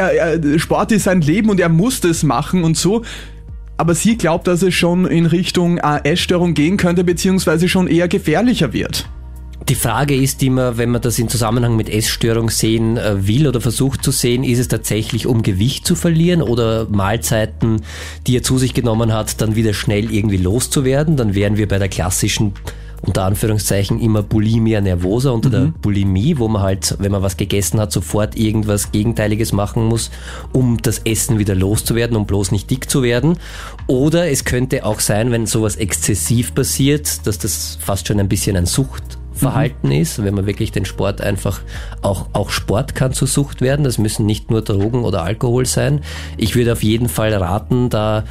Speaker 3: Sport ist sein Leben und er muss das machen und so. Aber sie glaubt, dass es schon in Richtung Essstörung gehen könnte, beziehungsweise schon eher gefährlicher wird.
Speaker 5: Die Frage ist immer, wenn man das in Zusammenhang mit Essstörung sehen will oder versucht zu sehen, ist es tatsächlich, um Gewicht zu verlieren oder Mahlzeiten, die er zu sich genommen hat, dann wieder schnell irgendwie loszuwerden? Dann wären wir bei der klassischen, unter Anführungszeichen, immer Bulimia nervosa, unter der Bulimie, wo man halt, wenn man was gegessen hat, sofort irgendwas Gegenteiliges machen muss, um das Essen wieder loszuwerden, um bloß nicht dick zu werden. Oder es könnte auch sein, wenn sowas exzessiv passiert, dass das fast schon ein bisschen ein Suchtverhalten ist, wenn man wirklich den Sport einfach, auch Sport kann zur Sucht werden, das müssen nicht nur Drogen oder Alkohol sein. Ich würde auf jeden Fall raten, da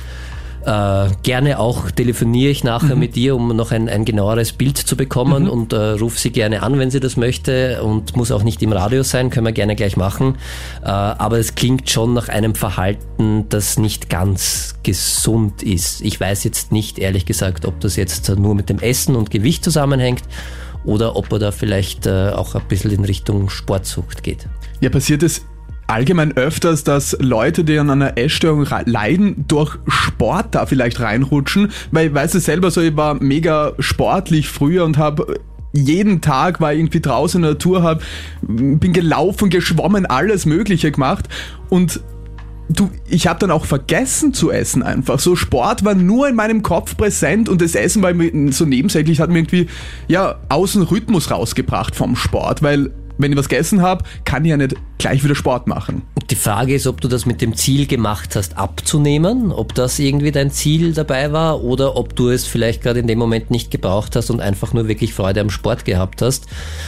Speaker 5: gerne auch telefoniere ich nachher mit dir, um noch ein genaueres Bild zu bekommen und ruf sie gerne an, wenn sie das möchte, und muss auch nicht im Radio sein, können wir gerne gleich machen. Aber es klingt schon nach einem Verhalten, das nicht ganz gesund ist. Ich weiß jetzt nicht, ehrlich gesagt, ob das jetzt nur mit dem Essen und Gewicht zusammenhängt oder ob er da vielleicht auch ein bisschen in Richtung Sportsucht geht.
Speaker 3: Ja, passiert es allgemein öfters, dass Leute, die an einer Essstörung leiden, durch Sport da vielleicht reinrutschen, weil ich weiß es selber so, ich war mega sportlich früher und habe jeden Tag war irgendwie draußen in der Natur, bin gelaufen, geschwommen, alles Mögliche gemacht und ich habe dann auch vergessen zu essen einfach. So Sport war nur in meinem Kopf präsent und das Essen war so nebensächlich, hat mir irgendwie aus dem Rhythmus rausgebracht vom Sport, weil wenn ich was gegessen habe, kann ich ja nicht gleich wieder Sport machen.
Speaker 5: Die Frage ist, ob du das mit dem Ziel gemacht hast, abzunehmen, ob das irgendwie dein Ziel dabei war oder ob du es vielleicht gerade in dem Moment nicht gebraucht hast und einfach nur wirklich Freude am Sport gehabt hast.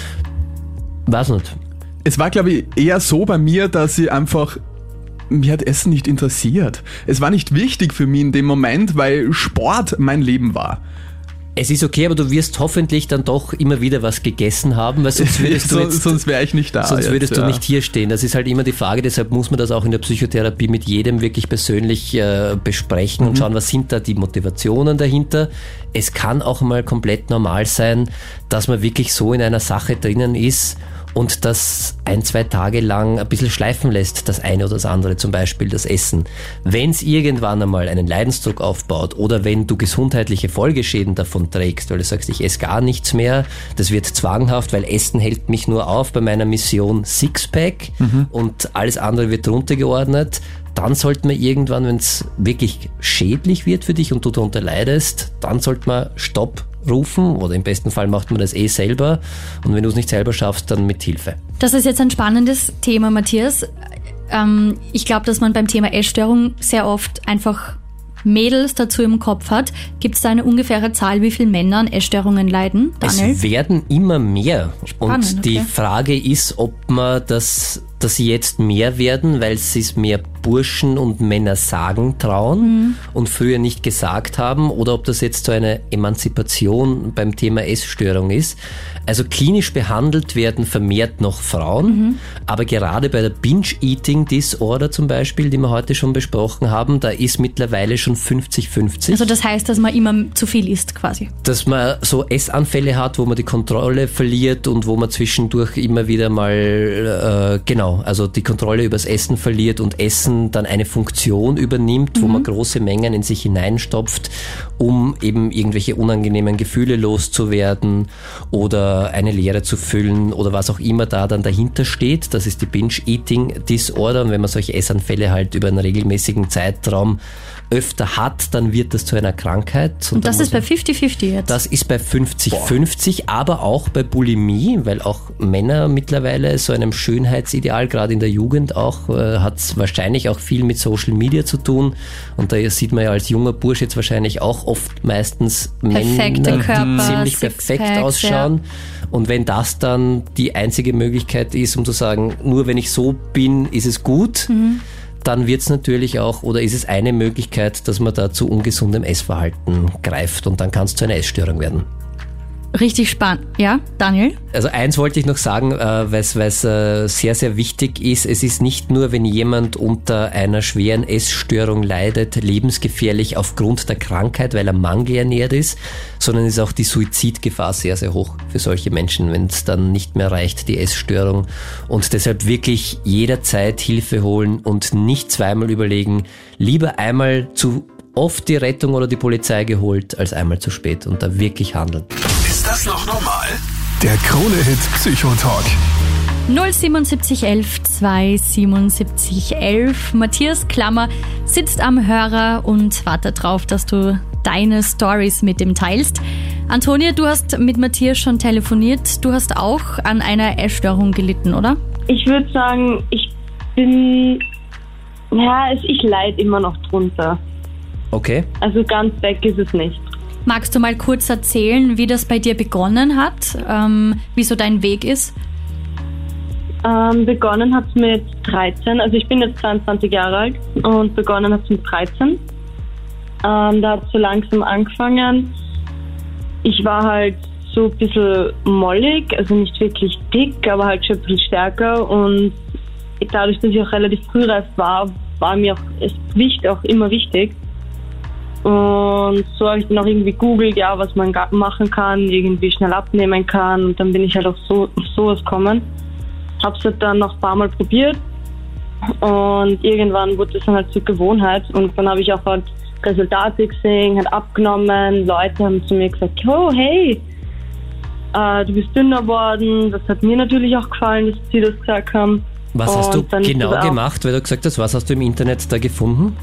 Speaker 5: Weiß nicht.
Speaker 3: Es war, glaube ich, eher so bei mir, dass ich einfach, mir hat Essen nicht interessiert. Es war nicht wichtig für mich in dem Moment, weil Sport mein Leben war.
Speaker 5: Es ist okay, aber du wirst hoffentlich dann doch immer wieder was gegessen haben, weil sonst würdest du
Speaker 3: sonst wäre ich nicht da.
Speaker 5: Sonst würdest du nicht hier stehen. Das ist halt immer die Frage, deshalb muss man das auch in der Psychotherapie mit jedem wirklich persönlich besprechen und schauen, was sind da die Motivationen dahinter. Es kann auch mal komplett normal sein, dass man wirklich so in einer Sache drinnen ist und das 1-2 Tage lang ein bisschen schleifen lässt, das eine oder das andere, zum Beispiel das Essen. Wenn es irgendwann einmal einen Leidensdruck aufbaut oder wenn du gesundheitliche Folgeschäden davon trägst, weil du sagst, ich esse gar nichts mehr, das wird zwanghaft, weil Essen hält mich nur auf bei meiner Mission Sixpack und alles andere wird runtergeordnet, dann sollte man irgendwann, wenn es wirklich schädlich wird für dich und du darunter leidest, dann sollte man Stopp rufen oder im besten Fall macht man das selber und wenn du es nicht selber schaffst, dann mit Hilfe.
Speaker 4: Das ist jetzt ein spannendes Thema, Matthias. Ich glaube, dass man beim Thema Essstörung sehr oft einfach Mädels dazu im Kopf hat. Gibt es da eine ungefähre Zahl, wie viele Männer an Essstörungen leiden, Daniel?
Speaker 5: Es werden immer mehr.
Speaker 4: Spannend,
Speaker 5: und die Frage ist, ob man das dass sie jetzt mehr werden, weil sie es mehr Burschen und Männer sagen trauen und früher nicht gesagt haben, oder ob das jetzt so eine Emanzipation beim Thema Essstörung ist. Also klinisch behandelt werden vermehrt noch Frauen, aber gerade bei der Binge-Eating-Disorder zum Beispiel, die wir heute schon besprochen haben, da ist mittlerweile schon 50-50.
Speaker 4: Also das heißt, dass man immer zu viel isst quasi.
Speaker 5: Dass man so Essanfälle hat, wo man die Kontrolle verliert und wo man zwischendurch immer wieder mal, also die Kontrolle übers Essen verliert und Essen dann eine Funktion übernimmt, wo man große Mengen in sich hineinstopft, um eben irgendwelche unangenehmen Gefühle loszuwerden oder eine Leere zu füllen oder was auch immer da dann dahinter steht. Das ist die Binge-Eating-Disorder, und wenn man solche Essanfälle halt über einen regelmäßigen Zeitraum öfter hat, dann wird das zu einer Krankheit.
Speaker 4: Und das ist bei 50-50 jetzt?
Speaker 5: Das ist bei 50-50, aber auch bei Bulimie, weil auch Männer mittlerweile so einem Schönheitsideal, gerade in der Jugend auch, hat es wahrscheinlich auch viel mit Social Media zu tun. Und da sieht man ja als junger Bursch jetzt wahrscheinlich auch oft meistens
Speaker 4: perfekte
Speaker 5: Männer,
Speaker 4: Körper,
Speaker 5: die ziemlich perfekt ausschauen. Ja. Und wenn das dann die einzige Möglichkeit ist, um zu sagen, nur wenn ich so bin, ist es gut, dann wird es natürlich auch, oder ist es eine Möglichkeit, dass man da zu ungesundem Essverhalten greift, und dann kann es zu einer Essstörung werden.
Speaker 4: Richtig spannend. Ja, Daniel?
Speaker 5: Also eins wollte ich noch sagen, weil es sehr, sehr wichtig ist. Es ist nicht nur, wenn jemand unter einer schweren Essstörung leidet, lebensgefährlich aufgrund der Krankheit, weil er mangelernährt ist, sondern ist auch die Suizidgefahr sehr, sehr hoch für solche Menschen, wenn es dann nicht mehr reicht, die Essstörung. Und deshalb wirklich jederzeit Hilfe holen und nicht zweimal überlegen, lieber einmal zu oft die Rettung oder die Polizei geholt, als einmal zu spät, und da wirklich handeln.
Speaker 1: Ist das noch normal?
Speaker 2: Der Krone-Hit Psychotalk.
Speaker 4: 07711 27711. Matthias Klammer sitzt am Hörer und wartet drauf, dass du deine Stories mit ihm teilst. Antonia, du hast mit Matthias schon telefoniert. Du hast auch an einer Essstörung gelitten, oder?
Speaker 7: Ich würde sagen, ich leide immer noch drunter.
Speaker 5: Okay.
Speaker 7: Also ganz weg ist es nicht.
Speaker 4: Magst du mal kurz erzählen, wie das bei dir begonnen hat, wie so dein Weg ist?
Speaker 7: Begonnen hat es mit 13, also ich bin jetzt 22 Jahre alt, und begonnen hat es mit 13. Da hat es so langsam angefangen. Ich war halt so ein bisschen mollig, also nicht wirklich dick, aber halt schon ein bisschen stärker, und dadurch, dass ich auch relativ frühreif war mir auch das Gewicht auch immer wichtig. Und so habe ich dann auch irgendwie googelt, ja, was man machen kann, irgendwie schnell abnehmen kann, und dann bin ich halt auf sowas gekommen. Hab's halt dann noch ein paar Mal probiert, und irgendwann wurde es dann halt zur Gewohnheit, und dann habe ich auch halt Resultate gesehen, halt abgenommen, Leute haben zu mir gesagt, oh hey, du bist dünner geworden, das hat mir natürlich auch gefallen, dass sie das gesagt haben.
Speaker 5: Was hast du genau gemacht, weil du gesagt hast, was hast du im Internet da gefunden?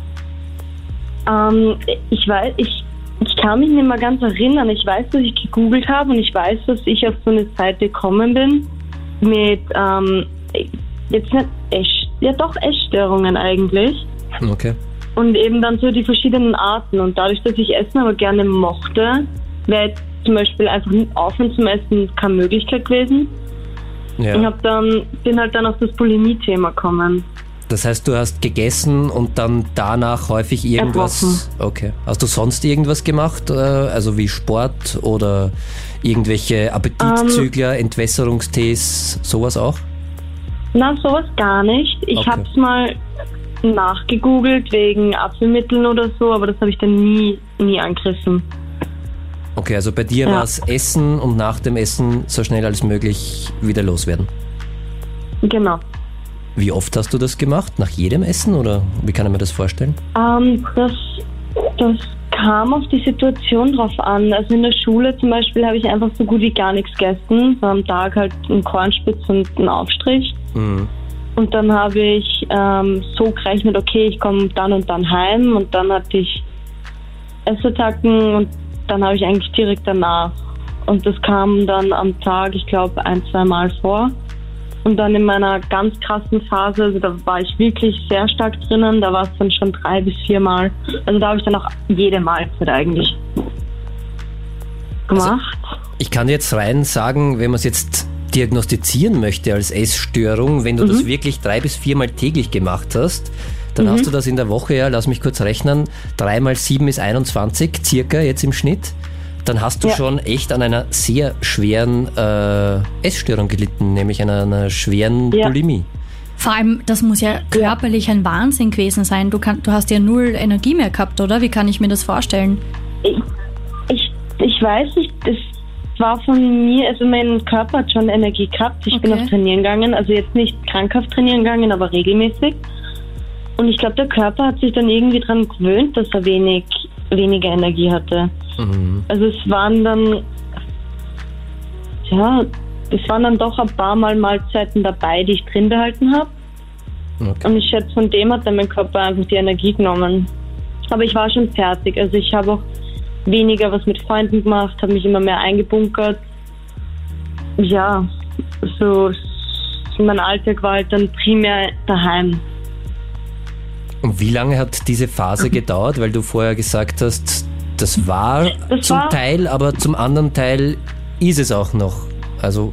Speaker 7: Ich kann mich nicht mehr ganz erinnern. Ich weiß, dass ich gegoogelt habe, und ich weiß, dass ich auf so eine Seite gekommen bin mit, jetzt nicht Essstörungen eigentlich.
Speaker 5: Okay.
Speaker 7: Und eben dann so die verschiedenen Arten. Und dadurch, dass ich Essen aber gerne mochte, wäre jetzt zum Beispiel einfach nicht aufhören zum Essen keine Möglichkeit gewesen. Ja. Und bin halt dann auf das Bulimie-Thema gekommen.
Speaker 5: Das heißt, du hast gegessen und dann danach häufig irgendwas...
Speaker 7: Erbrochen.
Speaker 5: Okay. Hast du sonst irgendwas gemacht? Also wie Sport oder irgendwelche Appetitzügler, Entwässerungstees, sowas auch?
Speaker 7: Na, sowas gar nicht. Ich habe es mal nachgegoogelt wegen Abführmitteln oder so, aber das habe ich dann nie angegriffen.
Speaker 5: Okay, also bei dir war es Essen und nach dem Essen so schnell als möglich wieder loswerden.
Speaker 7: Genau.
Speaker 5: Wie oft hast du das gemacht? Nach jedem Essen, oder wie kann ich mir das vorstellen?
Speaker 7: Das kam auf die Situation drauf an. Also in der Schule zum Beispiel habe ich einfach so gut wie gar nichts gegessen. So am Tag halt einen Kornspitz und einen Aufstrich. Mhm. Und dann habe ich so gerechnet, okay, ich komme dann und dann heim, und dann hatte ich Essattacken, und dann habe ich eigentlich direkt danach. Und das kam dann am Tag, ich glaube, 1-2 Mal vor. Und dann in meiner ganz krassen Phase, also da war ich wirklich sehr stark drinnen, da war es dann schon 3 bis 4 Mal. Also da habe ich dann auch jede Mahlzeit eigentlich gemacht.
Speaker 5: Also ich kann jetzt rein sagen, wenn man es jetzt diagnostizieren möchte als Essstörung, wenn du das wirklich 3 bis 4 Mal täglich gemacht hast, dann hast du das in der Woche, ja, lass mich kurz rechnen, 3 mal 7 ist 21, circa jetzt im Schnitt. Dann hast du schon echt an einer sehr schweren Essstörung gelitten, nämlich an einer schweren Bulimie.
Speaker 4: Vor allem, das muss ja körperlich ein Wahnsinn gewesen sein. Du hast ja null Energie mehr gehabt, oder? Wie kann ich mir das vorstellen?
Speaker 7: Ich weiß nicht, das war von mir, also mein Körper hat schon Energie gehabt. Ich bin auch trainieren gegangen, also jetzt nicht krankhaft trainieren gegangen, aber regelmäßig. Und ich glaube, der Körper hat sich dann irgendwie dran gewöhnt, dass er weniger Energie hatte. Also es waren dann doch ein paar Mal Mahlzeiten dabei, die ich drin behalten habe. Und ich schätze, von dem hat dann mein Körper einfach die Energie genommen. Aber ich war schon fertig. Also ich habe auch weniger was mit Freunden gemacht, habe mich immer mehr eingebunkert. Ja, so mein Alltag war halt dann primär daheim.
Speaker 5: Und wie lange hat diese Phase gedauert? Weil du vorher gesagt hast, das war zum Teil, aber zum anderen Teil ist es auch noch. Also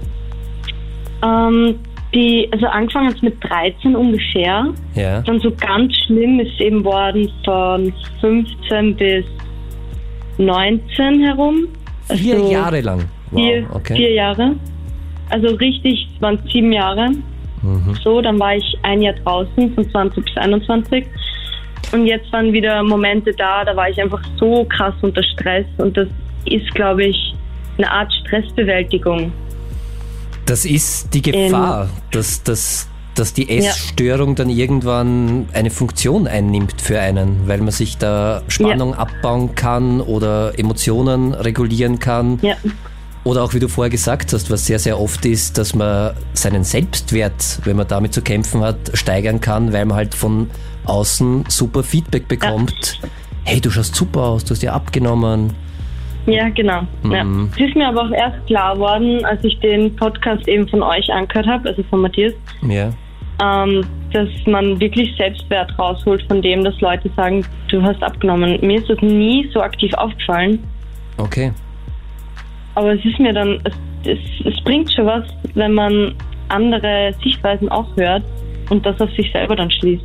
Speaker 5: angefangen hat es mit 13 ungefähr. Ja. Dann so ganz schlimm ist es eben worden von 15 bis 19 herum. 4 Jahre lang? Wow,
Speaker 7: 4 Jahre. Also richtig, es waren 7 Jahre. So, dann war ich ein Jahr draußen, von 20 bis 21. Und jetzt waren wieder Momente da war ich einfach so krass unter Stress. Und das ist, glaube ich, eine Art Stressbewältigung.
Speaker 5: Das ist die Gefahr, dass die Essstörung dann irgendwann eine Funktion einnimmt für einen, weil man sich da Spannung abbauen kann oder Emotionen regulieren kann. Ja. Oder auch, wie du vorher gesagt hast, was sehr, sehr oft ist, dass man seinen Selbstwert, wenn man damit zu kämpfen hat, steigern kann, weil man halt von außen super Feedback bekommt. Ja. Hey, du schaust super aus, du hast ja abgenommen.
Speaker 7: Ja, genau. Ja. Es ist mir aber auch erst klar geworden, als ich den Podcast eben von euch angehört habe, also von Matthias, dass man wirklich Selbstwert rausholt von dem, dass Leute sagen, du hast abgenommen. Mir ist das nie so aktiv aufgefallen.
Speaker 5: Okay.
Speaker 7: Aber es ist mir dann, es bringt schon was, wenn man andere Sichtweisen auch hört und das auf sich selber dann schließt.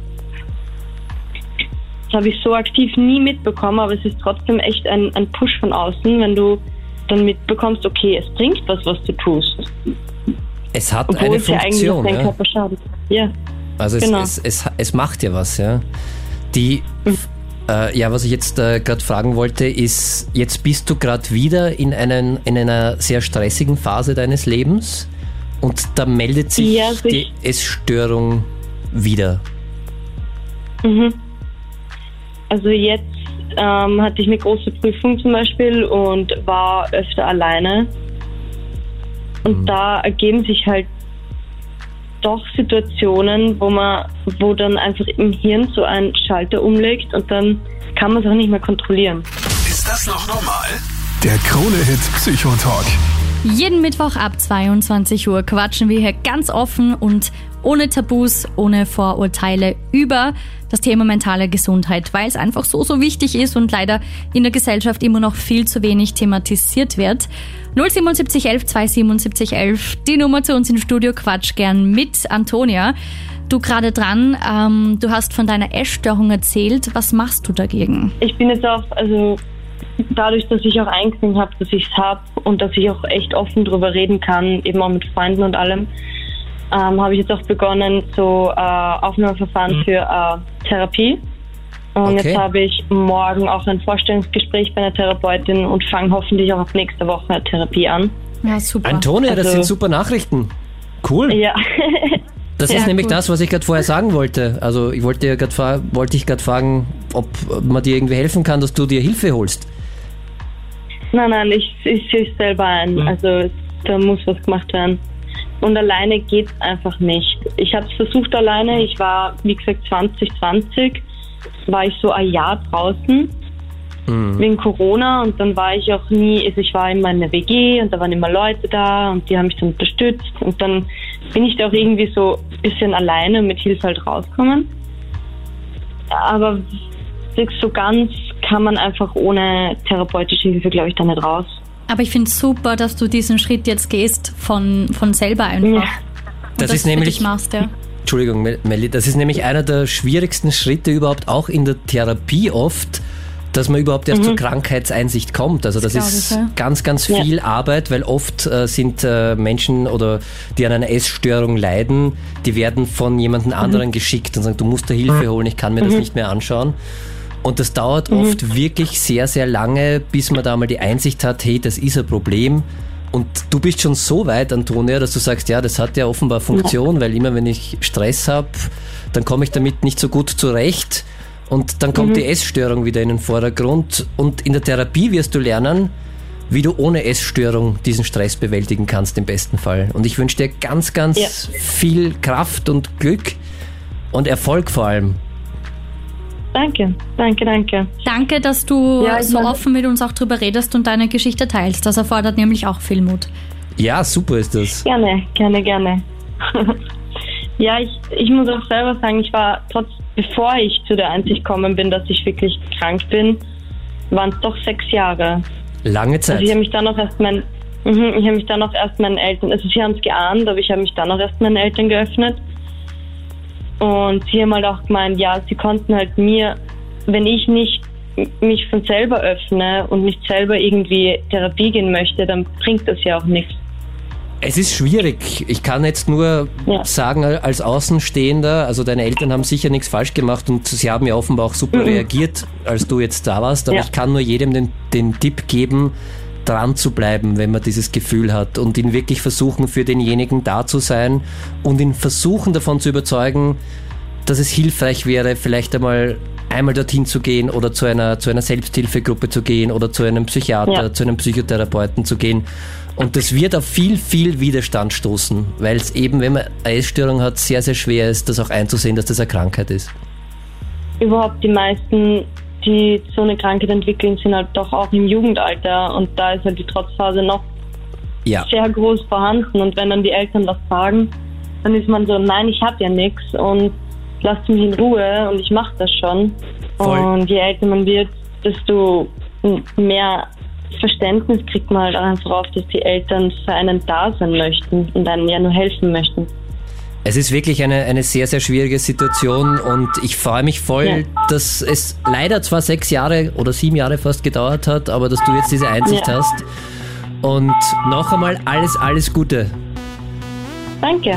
Speaker 7: Das habe ich so aktiv nie mitbekommen, aber es ist trotzdem echt ein Push von außen, wenn du dann mitbekommst, okay, es bringt was du tust.
Speaker 5: Es hat eine Funktion,
Speaker 7: ja eigentlich dein Körper schadet. Ja.
Speaker 5: Also es macht ja was, ja. Was ich jetzt gerade fragen wollte, ist, jetzt bist du gerade wieder in einer sehr stressigen Phase deines Lebens und da meldet sich die Essstörung wieder.
Speaker 7: Also jetzt hatte ich eine große Prüfung zum Beispiel und war öfter alleine. Und da ergeben sich halt doch Situationen, wo dann einfach im Hirn so ein Schalter umlegt und dann kann man es auch nicht mehr kontrollieren.
Speaker 1: Ist das noch normal?
Speaker 2: Der Krone-Hit Psychotalk.
Speaker 4: Jeden Mittwoch ab 22 Uhr quatschen wir hier ganz offen und ohne Tabus, ohne Vorurteile über das Thema mentale Gesundheit, weil es einfach so wichtig ist und leider in der Gesellschaft immer noch viel zu wenig thematisiert wird. 077 11 277 11, die Nummer zu uns im Studio, quatsch gern mit Antonia. Du gerade dran, du hast von deiner Essstörung erzählt. Was machst du dagegen?
Speaker 7: Ich bin jetzt auch, dadurch, dass ich auch eingesehen habe, dass ich es habe und dass ich auch echt offen drüber reden kann, eben auch mit Freunden und allem, habe ich jetzt auch begonnen, so Aufnahmeverfahren für Therapie. Und jetzt habe ich morgen auch ein Vorstellungsgespräch bei einer Therapeutin und fange hoffentlich auch ab nächster Woche Therapie an.
Speaker 4: Ja, super.
Speaker 5: Antonia, das sind super Nachrichten. Cool.
Speaker 7: Ja.
Speaker 5: Das ist nämlich das, was ich gerade vorher sagen wollte. Also ich wollte dich gerade fragen, ob man dir irgendwie helfen kann, dass du dir Hilfe holst.
Speaker 7: Nein, ich sehe es selber ein. Also da muss was gemacht werden. Und alleine geht's einfach nicht. Ich habe es versucht alleine. Ich war, wie gesagt, 2020 war ich so ein Jahr draußen wegen Corona und dann war ich auch nie, also ich war immer in der WG und da waren immer Leute da und die haben mich dann unterstützt und dann bin ich da auch irgendwie so ein bisschen alleine mit Hilfe halt rauskommen. Aber so ganz kann man einfach ohne therapeutische Hilfe, glaube ich, da nicht raus.
Speaker 4: Aber ich finde es super, dass du diesen Schritt jetzt gehst von selber einfach.
Speaker 5: Das ist nämlich,
Speaker 4: machst, ja.
Speaker 5: Entschuldigung, Melli, das ist nämlich einer der schwierigsten Schritte überhaupt auch in der Therapie oft, dass man überhaupt erst zur Krankheitseinsicht kommt. Also das ist ganz, ganz viel Arbeit, weil oft sind Menschen oder die an einer Essstörung leiden, die werden von jemandem anderen geschickt und sagen, du musst da Hilfe holen, ich kann mir das nicht mehr anschauen. Und das dauert oft wirklich sehr, sehr lange, bis man da mal die Einsicht hat, hey, das ist ein Problem. Und du bist schon so weit, Antonia, dass du sagst, ja, das hat ja offenbar Funktion, weil immer wenn ich Stress habe, dann komme ich damit nicht so gut zurecht. Und dann kommt die Essstörung wieder in den Vordergrund. Und in der Therapie wirst du lernen, wie du ohne Essstörung diesen Stress bewältigen kannst im besten Fall. Und ich wünsche dir ganz, ganz viel Kraft und Glück und Erfolg vor allem.
Speaker 7: Danke.
Speaker 4: Danke, dass du so offen mit uns auch drüber redest und deine Geschichte teilst. Das erfordert nämlich auch viel Mut.
Speaker 5: Ja, super ist das.
Speaker 7: Gerne. Ja, ich muss auch selber sagen, ich war bevor ich zu der Einsicht gekommen bin, dass ich wirklich krank bin, waren es doch 6 Jahre.
Speaker 5: Lange Zeit.
Speaker 7: Also ich habe mich dann auch erst meinen Eltern, also sie haben es geahnt, aber ich habe mich dann auch erst meinen Eltern geöffnet. Und sie haben halt auch gemeint, ja, sie konnten halt mir, wenn ich nicht mich von selber öffne und nicht selber irgendwie Therapie gehen möchte, dann bringt das ja auch nichts.
Speaker 5: Es ist schwierig. Ich kann jetzt nur sagen, als Außenstehender, also deine Eltern haben sicher nichts falsch gemacht und sie haben ja offenbar auch super reagiert, als du jetzt da warst, aber ich kann nur jedem den Tipp geben, dran zu bleiben, wenn man dieses Gefühl hat und ihn wirklich versuchen, für denjenigen da zu sein und ihn versuchen, davon zu überzeugen, dass es hilfreich wäre, vielleicht einmal dorthin zu gehen oder zu einer Selbsthilfegruppe zu gehen oder zu einem Psychiater, zu einem Psychotherapeuten zu gehen. Und das wird auf viel, viel Widerstand stoßen, weil es eben, wenn man eine Essstörung hat, sehr, sehr schwer ist, das auch einzusehen, dass das eine Krankheit ist.
Speaker 7: Überhaupt die meisten, die so eine Krankheit entwickeln, sind halt doch auch im Jugendalter und da ist halt die Trotzphase noch sehr groß vorhanden und wenn dann die Eltern was sagen, dann ist man so, nein, ich habe ja nichts und lasst mich in Ruhe und ich mache das schon. Voll. Und je älter man wird, desto mehr Verständnis kriegt man halt einfach auf, dass die Eltern für einen da sein möchten und einem ja nur helfen möchten.
Speaker 5: Es ist wirklich eine sehr, sehr schwierige Situation und ich freue mich voll, dass es leider zwar 6 Jahre oder 7 Jahre fast gedauert hat, aber dass du jetzt diese Einsicht hast. Und noch einmal alles Gute.
Speaker 7: Danke.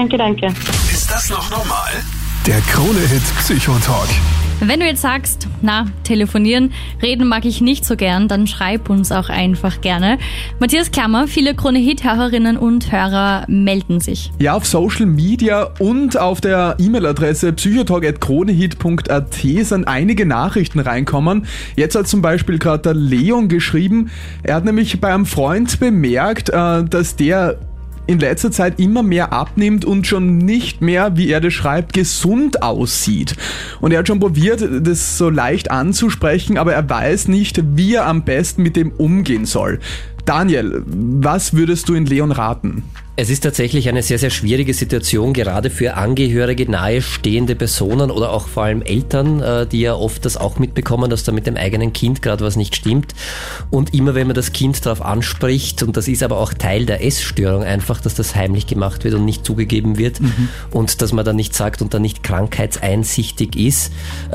Speaker 1: Ist das noch normal?
Speaker 2: Der Krone-Hit Psychotalk.
Speaker 4: Wenn du jetzt sagst, telefonieren, reden mag ich nicht so gern, dann schreib uns auch einfach gerne. Matthias Klammer, viele Krone-Hit-Hörerinnen und Hörer melden sich.
Speaker 3: Ja, auf Social Media und auf der E-Mail-Adresse psychotalk@kronehit.at sind einige Nachrichten reinkommen. Jetzt hat zum Beispiel gerade der Leon geschrieben, er hat nämlich bei einem Freund bemerkt, dass der in letzter Zeit immer mehr abnimmt und schon nicht mehr, wie er das schreibt, gesund aussieht. Und er hat schon probiert, das so leicht anzusprechen, aber er weiß nicht, wie er am besten mit dem umgehen soll. Daniel, was würdest du in Leon raten?
Speaker 5: Es ist tatsächlich eine sehr, sehr schwierige Situation, gerade für Angehörige, nahestehende Personen oder auch vor allem Eltern, die ja oft das auch mitbekommen, dass da mit dem eigenen Kind gerade was nicht stimmt. Und immer wenn man das Kind darauf anspricht, und das ist aber auch Teil der Essstörung einfach, dass das heimlich gemacht wird und nicht zugegeben wird und dass man dann nicht sagt und dann nicht krankheitseinsichtig ist,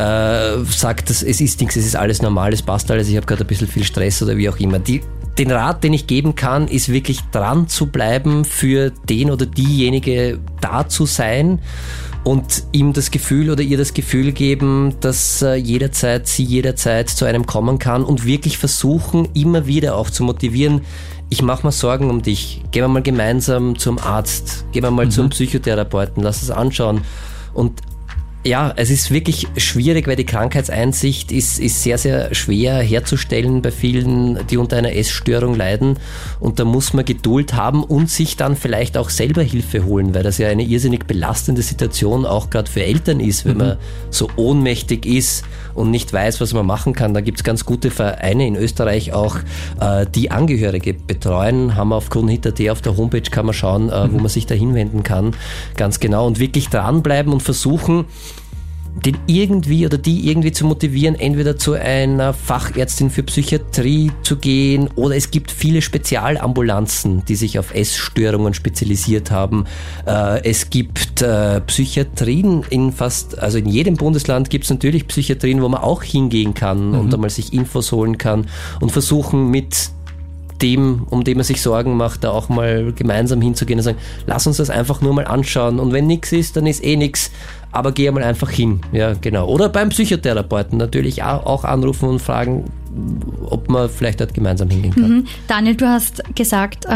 Speaker 5: sagt, es ist nichts, es ist alles normal, es passt alles, ich habe gerade ein bisschen viel Stress oder wie auch immer. Den Rat, den ich geben kann, ist wirklich dran zu bleiben, für den oder diejenige da zu sein und ihm das Gefühl oder ihr das Gefühl geben, dass sie jederzeit zu einem kommen kann und wirklich versuchen, immer wieder auch zu motivieren, ich mache mir Sorgen um dich, gehen wir mal gemeinsam zum Arzt, gehen wir mal zum Psychotherapeuten, lass es anschauen. Und ja, es ist wirklich schwierig, weil die Krankheitseinsicht ist sehr, sehr schwer herzustellen bei vielen, die unter einer Essstörung leiden. Und da muss man Geduld haben und sich dann vielleicht auch selber Hilfe holen, weil das ja eine irrsinnig belastende Situation auch gerade für Eltern ist, wenn man so ohnmächtig ist und nicht weiß, was man machen kann. Da gibt's ganz gute Vereine in Österreich auch, die Angehörige betreuen. Haben wir auf Kronehit.at auf der Homepage, kann man schauen, wo man sich da hinwenden kann. Ganz genau. Und wirklich dranbleiben und versuchen, den irgendwie oder die irgendwie zu motivieren, entweder zu einer Fachärztin für Psychiatrie zu gehen, oder es gibt viele Spezialambulanzen, die sich auf Essstörungen spezialisiert haben. Es gibt Psychiatrien in jedem Bundesland gibt es natürlich Psychiatrien, wo man auch hingehen kann und einmal sich Infos holen kann und versuchen mit dem, um den man sich Sorgen macht, da auch mal gemeinsam hinzugehen und sagen, lass uns das einfach nur mal anschauen, und wenn nichts ist, dann ist eh nichts, aber geh mal einfach hin. Ja, genau. Oder beim Psychotherapeuten natürlich auch anrufen und fragen, ob man vielleicht dort gemeinsam hingehen kann.
Speaker 4: Daniel, du hast gesagt,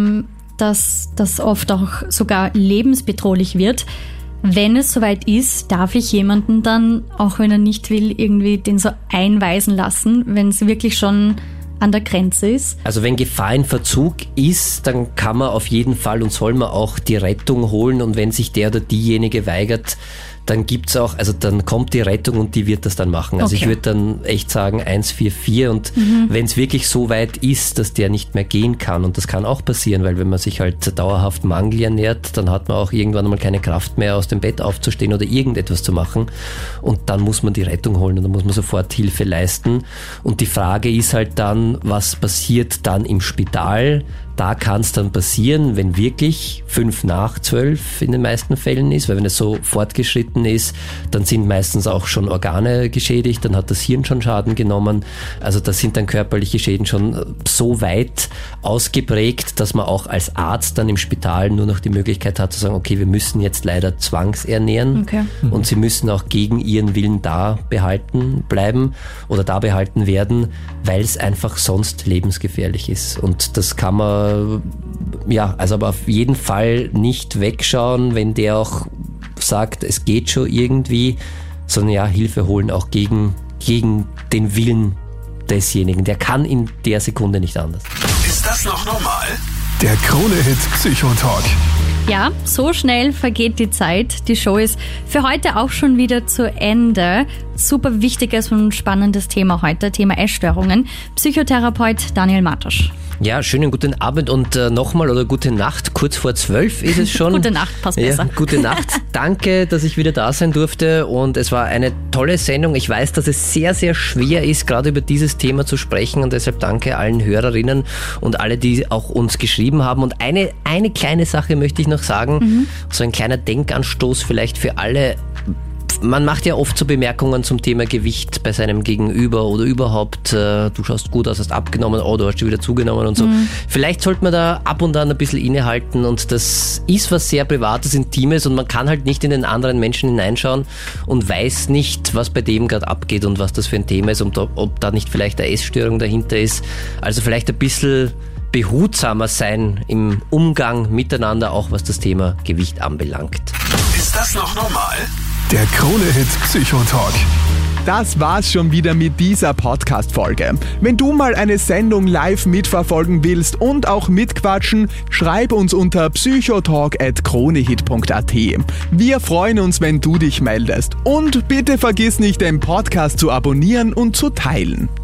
Speaker 4: dass das oft auch sogar lebensbedrohlich wird. Wenn es soweit ist, darf ich jemanden dann, auch wenn er nicht will, irgendwie den so einweisen lassen, wenn es wirklich schon an der Grenze ist? Also
Speaker 5: wenn Gefahr in Verzug ist, dann kann man auf jeden Fall und soll man auch die Rettung holen, und wenn sich der oder diejenige weigert, dann gibt's auch, also dann kommt die Rettung und die wird das dann machen. Also ich würde dann echt sagen 144, und wenn es wirklich so weit ist, dass der nicht mehr gehen kann, und das kann auch passieren, weil wenn man sich halt dauerhaft Mangel ernährt, dann hat man auch irgendwann mal keine Kraft mehr, aus dem Bett aufzustehen oder irgendetwas zu machen, und dann muss man die Rettung holen und dann muss man sofort Hilfe leisten. Und die Frage ist halt dann, was passiert dann im Spital? Da kann es dann passieren, wenn wirklich 5 nach 12 in den meisten Fällen ist, weil wenn es so fortgeschritten ist, dann sind meistens auch schon Organe geschädigt, dann hat das Hirn schon Schaden genommen. Also da sind dann körperliche Schäden schon so weit ausgeprägt, dass man auch als Arzt dann im Spital nur noch die Möglichkeit hat zu sagen, okay, wir müssen jetzt leider zwangsernähren, und sie müssen auch gegen ihren Willen da behalten bleiben oder da behalten werden, weil es einfach sonst lebensgefährlich ist. Und das kann man also aber auf jeden Fall nicht wegschauen, wenn der auch sagt, es geht schon irgendwie, sondern Hilfe holen auch gegen den Willen desjenigen. Der kann in der Sekunde nicht anders.
Speaker 1: Ist das noch normal?
Speaker 2: Der Krone-Hit Psychotalk.
Speaker 4: Ja, so schnell vergeht die Zeit. Die Show ist für heute auch schon wieder zu Ende. Super wichtiges und spannendes Thema heute, Thema Essstörungen. Psychotherapeut Daniel Martosch.
Speaker 5: Ja, schönen guten Abend und nochmal oder gute Nacht. Kurz vor 12 ist es schon.
Speaker 4: Gute Nacht, passt besser.
Speaker 5: Gute Nacht. Danke, dass ich wieder da sein durfte, und es war eine tolle Sendung. Ich weiß, dass es sehr, sehr schwer ist, gerade über dieses Thema zu sprechen, und deshalb danke allen Hörerinnen und alle, die auch uns geschrieben haben. Und eine kleine Sache möchte ich noch sagen, so ein kleiner Denkanstoß vielleicht für alle. Man macht ja oft so Bemerkungen zum Thema Gewicht bei seinem Gegenüber oder überhaupt, du schaust gut aus, hast abgenommen, du hast schon wieder zugenommen und so. Vielleicht sollte man da ab und an ein bisschen innehalten, und das ist was sehr Privates, Intimes, und man kann halt nicht in den anderen Menschen hineinschauen und weiß nicht, was bei dem gerade abgeht und was das für ein Thema ist und ob da nicht vielleicht eine Essstörung dahinter ist. Also vielleicht ein bisschen behutsamer sein im Umgang miteinander, auch was das Thema Gewicht anbelangt.
Speaker 1: Ist das noch normal?
Speaker 2: Der Krone-Hit Psychotalk.
Speaker 3: Das war's schon wieder mit dieser Podcast-Folge. Wenn du mal eine Sendung live mitverfolgen willst und auch mitquatschen, schreib uns unter psychotalk@kronehit.at. Wir freuen uns, wenn du dich meldest. Und bitte vergiss nicht, den Podcast zu abonnieren und zu teilen.